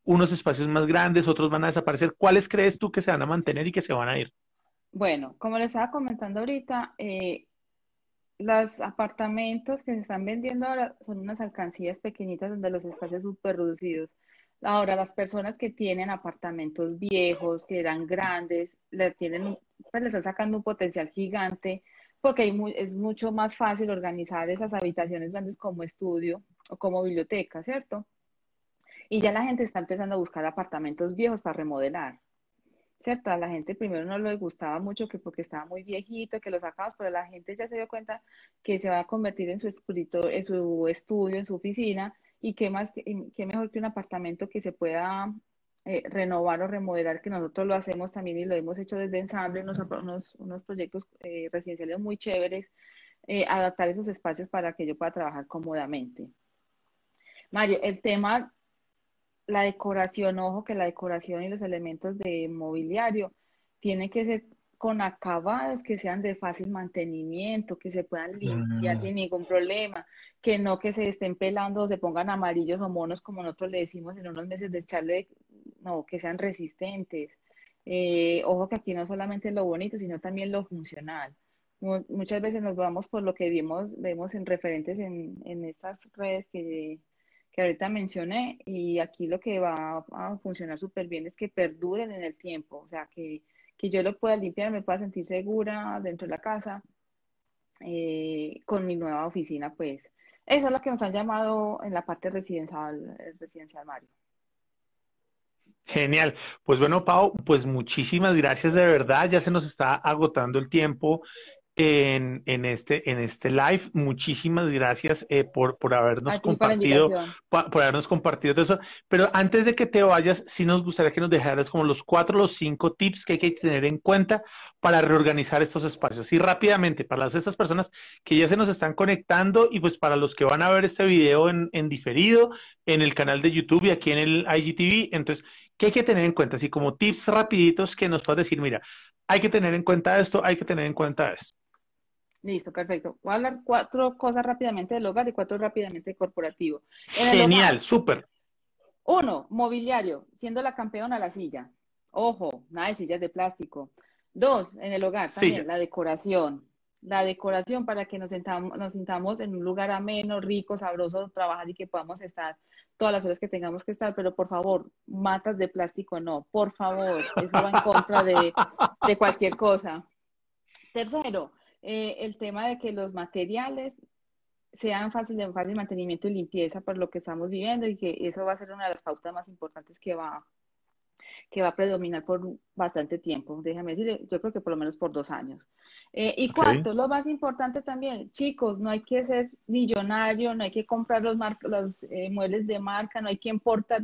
unos espacios más grandes, otros van a desaparecer. ¿Cuáles crees tú que se van a mantener y que se van a ir? Bueno, como les estaba comentando ahorita, los apartamentos que se están vendiendo ahora son unas alcancías pequeñitas donde los espacios súper reducidos. Ahora, las personas que tienen apartamentos viejos, que eran grandes, pues le están sacando un potencial gigante porque es mucho más fácil organizar esas habitaciones grandes como estudio o como biblioteca, ¿cierto? Y ya la gente está empezando a buscar apartamentos viejos para remodelar. ¿Cierto? A la gente primero no le gustaba mucho que porque estaba muy viejito, que lo sacabas, pero la gente ya se dio cuenta que se va a convertir en su escritor, en su estudio, en su oficina, y qué más, qué mejor que un apartamento que se pueda renovar o remodelar, que nosotros lo hacemos también y lo hemos hecho desde Ensamble, unos proyectos residenciales muy chéveres, adaptar esos espacios para que yo pueda trabajar cómodamente. Mario, el tema la decoración, ojo que la decoración y los elementos de mobiliario tienen que ser con acabados que sean de fácil mantenimiento, que se puedan limpiar Mm, sin ningún problema, que no que se estén pelando o se pongan amarillos o monos como nosotros le decimos en unos meses de echarle, no, que sean resistentes. Ojo que aquí no solamente lo bonito, sino también lo funcional. Muchas veces nos vamos por lo que vemos en referentes en estas redes que ahorita mencioné, y aquí lo que va a funcionar súper bien es que perduren en el tiempo, o sea, que yo lo pueda limpiar, me pueda sentir segura dentro de la casa, con mi nueva oficina, pues. Eso es lo que nos han llamado en la parte residencial, residencial Mario. genial. Pues bueno, Pau, pues muchísimas gracias de verdad. Ya se nos está agotando el tiempo en este live. Muchísimas gracias A ti por la invitación. por habernos compartido todo eso. Pero antes de que te vayas, sí nos gustaría que nos dejaras como los 4 o 5 tips que hay que tener en cuenta para reorganizar estos espacios. Y rápidamente, para estas personas que ya se nos están conectando y pues para los que van a ver este video en diferido, en el canal de YouTube y aquí en el IGTV. Entonces, ¿qué hay que tener en cuenta? Así como tips rapiditos que nos puedas decir, mira, hay que tener en cuenta esto, hay que tener en cuenta esto. Listo, perfecto. Voy a hablar 4 cosas rápidamente del hogar y 4 rápidamente de corporativo. En el Genial, hogar, súper. 1, mobiliario, siendo la campeona la silla. Ojo, nada de sillas de plástico. 2, en el hogar Sí, también, la decoración. La decoración para que nos sintamos en un lugar ameno, rico, sabroso, trabajar y que podamos estar todas las horas que tengamos que estar. Pero por favor, matas de plástico no, por favor, eso va en contra de cualquier cosa. Tercero, el tema de que los materiales sean de fácil mantenimiento y limpieza por lo que estamos viviendo, y que eso va a ser una de las pautas más importantes que va a predominar por bastante tiempo. Déjame decirle, yo creo que por lo menos por 2 años. Y ok. cuarto, lo más importante también, chicos, no hay que ser millonario, no hay que comprar los muebles de marca, no hay que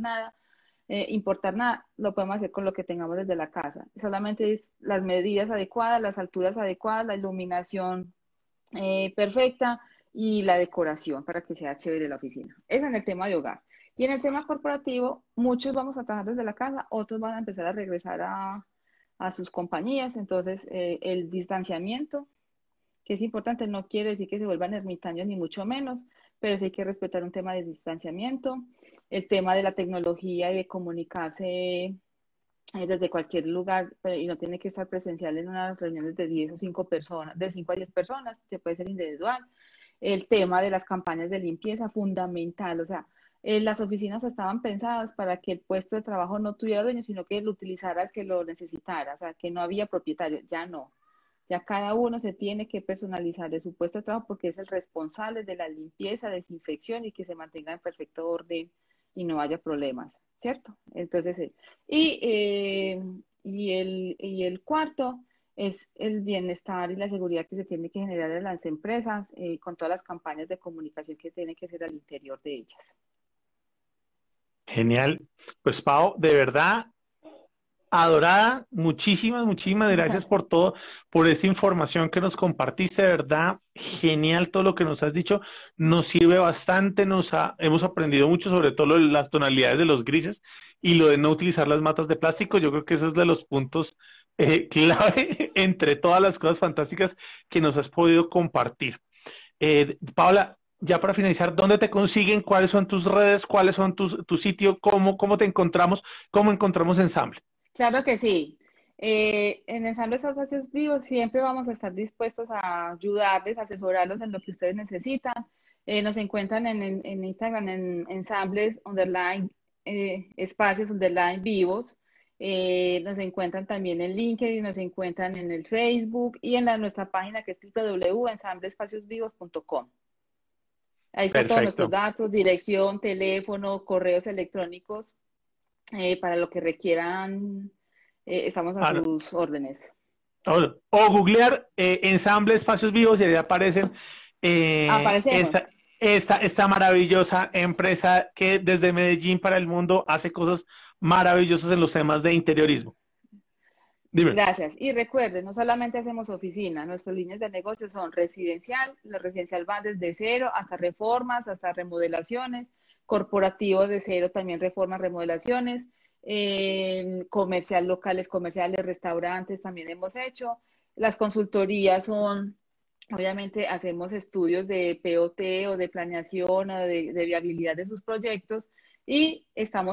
importar nada, lo podemos hacer con lo que tengamos desde la casa. Solamente es las medidas adecuadas, las alturas adecuadas, la iluminación perfecta y la decoración para que sea chévere la oficina. Eso en el tema de hogar. Y en el tema corporativo, muchos vamos a trabajar desde la casa, otros van a empezar a regresar a sus compañías. Entonces, el distanciamiento, que es importante, no quiere decir que se vuelvan ermitaños ni mucho menos, pero sí hay que respetar un tema de distanciamiento. El tema de la tecnología y de comunicarse desde cualquier lugar, y no tiene que estar presencial en unas reuniones de 10 o 5 personas, de 5 a 10 personas, que puede ser individual. El tema de las campañas de limpieza, fundamental, o sea, las oficinas estaban pensadas para que el puesto de trabajo no tuviera dueño, sino que lo utilizara el que lo necesitara, o sea, que no había propietario, ya no. Ya cada uno se tiene que personalizar de su puesto de trabajo porque es el responsable de la limpieza, desinfección y que se mantenga en perfecto orden y no haya problemas, ¿cierto? Entonces, y el cuarto es el bienestar y la seguridad que se tiene que generar en las empresas, con todas las campañas de comunicación que tienen que ser al interior de ellas. Genial. Pues Pau, de verdad, adorada, muchísimas gracias por todo, por esta información que nos compartiste, de verdad, genial todo lo que nos has dicho, nos sirve bastante, hemos aprendido mucho, sobre todo lo de las tonalidades de los grises y lo de no utilizar las matas de plástico. Yo creo que eso es de los puntos clave entre todas las cosas fantásticas que nos has podido compartir. Paola, ya para finalizar, ¿dónde te consiguen? ¿Cuáles son tus redes? ¿Cuáles son tu sitio? ¿Cómo te encontramos? ¿Cómo encontramos Ensamble? Claro que sí. En Ensambles Espacios Vivos siempre vamos a estar dispuestos a ayudarles, a asesorarlos en lo que ustedes necesitan. Nos encuentran en Instagram en ensambles underline espacios underline vivos. Nos encuentran también en LinkedIn, nos encuentran en el Facebook y en nuestra página que es www.ensamblespaciosvivos.com. Ahí está todos nuestros Perfecto. datos, dirección, teléfono, correos electrónicos, para lo que requieran, estamos a Ah, no. sus órdenes. O googlear Ensamble Espacios Vivos y ahí aparecen Aparecemos. esta maravillosa empresa que desde Medellín para el mundo hace cosas maravillosas en los temas de interiorismo. Dime. Gracias. Y recuerden, no solamente hacemos oficina, nuestras líneas de negocio son residencial, la residencial va desde cero hasta reformas, hasta remodelaciones, corporativos de cero, también reformas, remodelaciones, comercial, locales comerciales, restaurantes también hemos hecho. Las consultorías son, obviamente, hacemos estudios de POT o de planeación o de viabilidad de sus proyectos y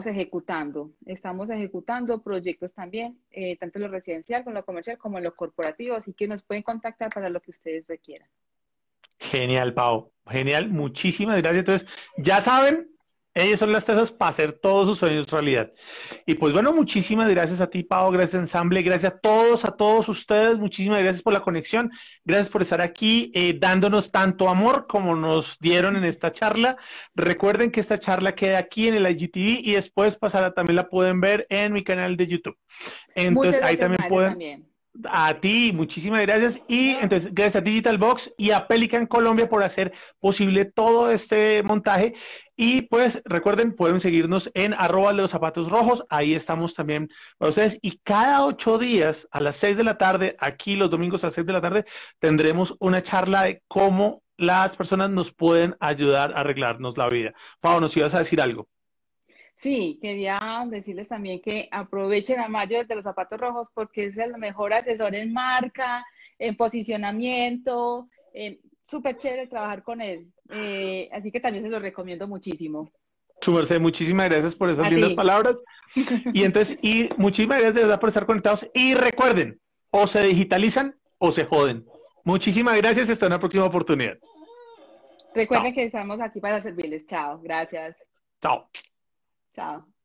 estamos ejecutando proyectos también, tanto en lo residencial, como en lo comercial, como en lo corporativo, así que nos pueden contactar para lo que ustedes requieran. Genial, Pau. Genial, muchísimas gracias. Entonces, ya saben, ellas son las tasas para hacer todos sus sueños realidad. Y pues bueno, muchísimas gracias a ti, Pau, gracias Ensamble, gracias a todos ustedes, muchísimas gracias por la conexión, gracias por estar aquí dándonos tanto amor como nos dieron en esta charla. Recuerden que esta charla queda aquí en el IGTV y después pasará, también la pueden ver en mi canal de YouTube. Muchas Entonces, ahí gracias, también María, pueden también. a ti, muchísimas gracias. Y entonces, gracias a Digital Box y a Pelican Colombia por hacer posible todo este montaje. Y pues recuerden, pueden seguirnos en @ de los zapatos rojos. Ahí estamos también para ustedes. Y cada 8 días a las 6 de la tarde, aquí los domingos a las 6 de la tarde, tendremos una charla de cómo las personas nos pueden ayudar a arreglarnos la vida. Pau, nos ibas a decir algo. Sí, quería decirles también que aprovechen a Mayo de los zapatos rojos porque es el mejor asesor en marca, en posicionamiento, súper chévere trabajar con él. Así que también se lo recomiendo muchísimo. Su merced, muchísimas gracias por esas A lindas ti. palabras. Y entonces, y muchísimas gracias de verdad por estar conectados. Y recuerden, o se digitalizan o se joden. Muchísimas gracias. Hasta una próxima oportunidad. Recuerden Chao. que estamos aquí para servirles. Chao. Gracias. Chao. Chao.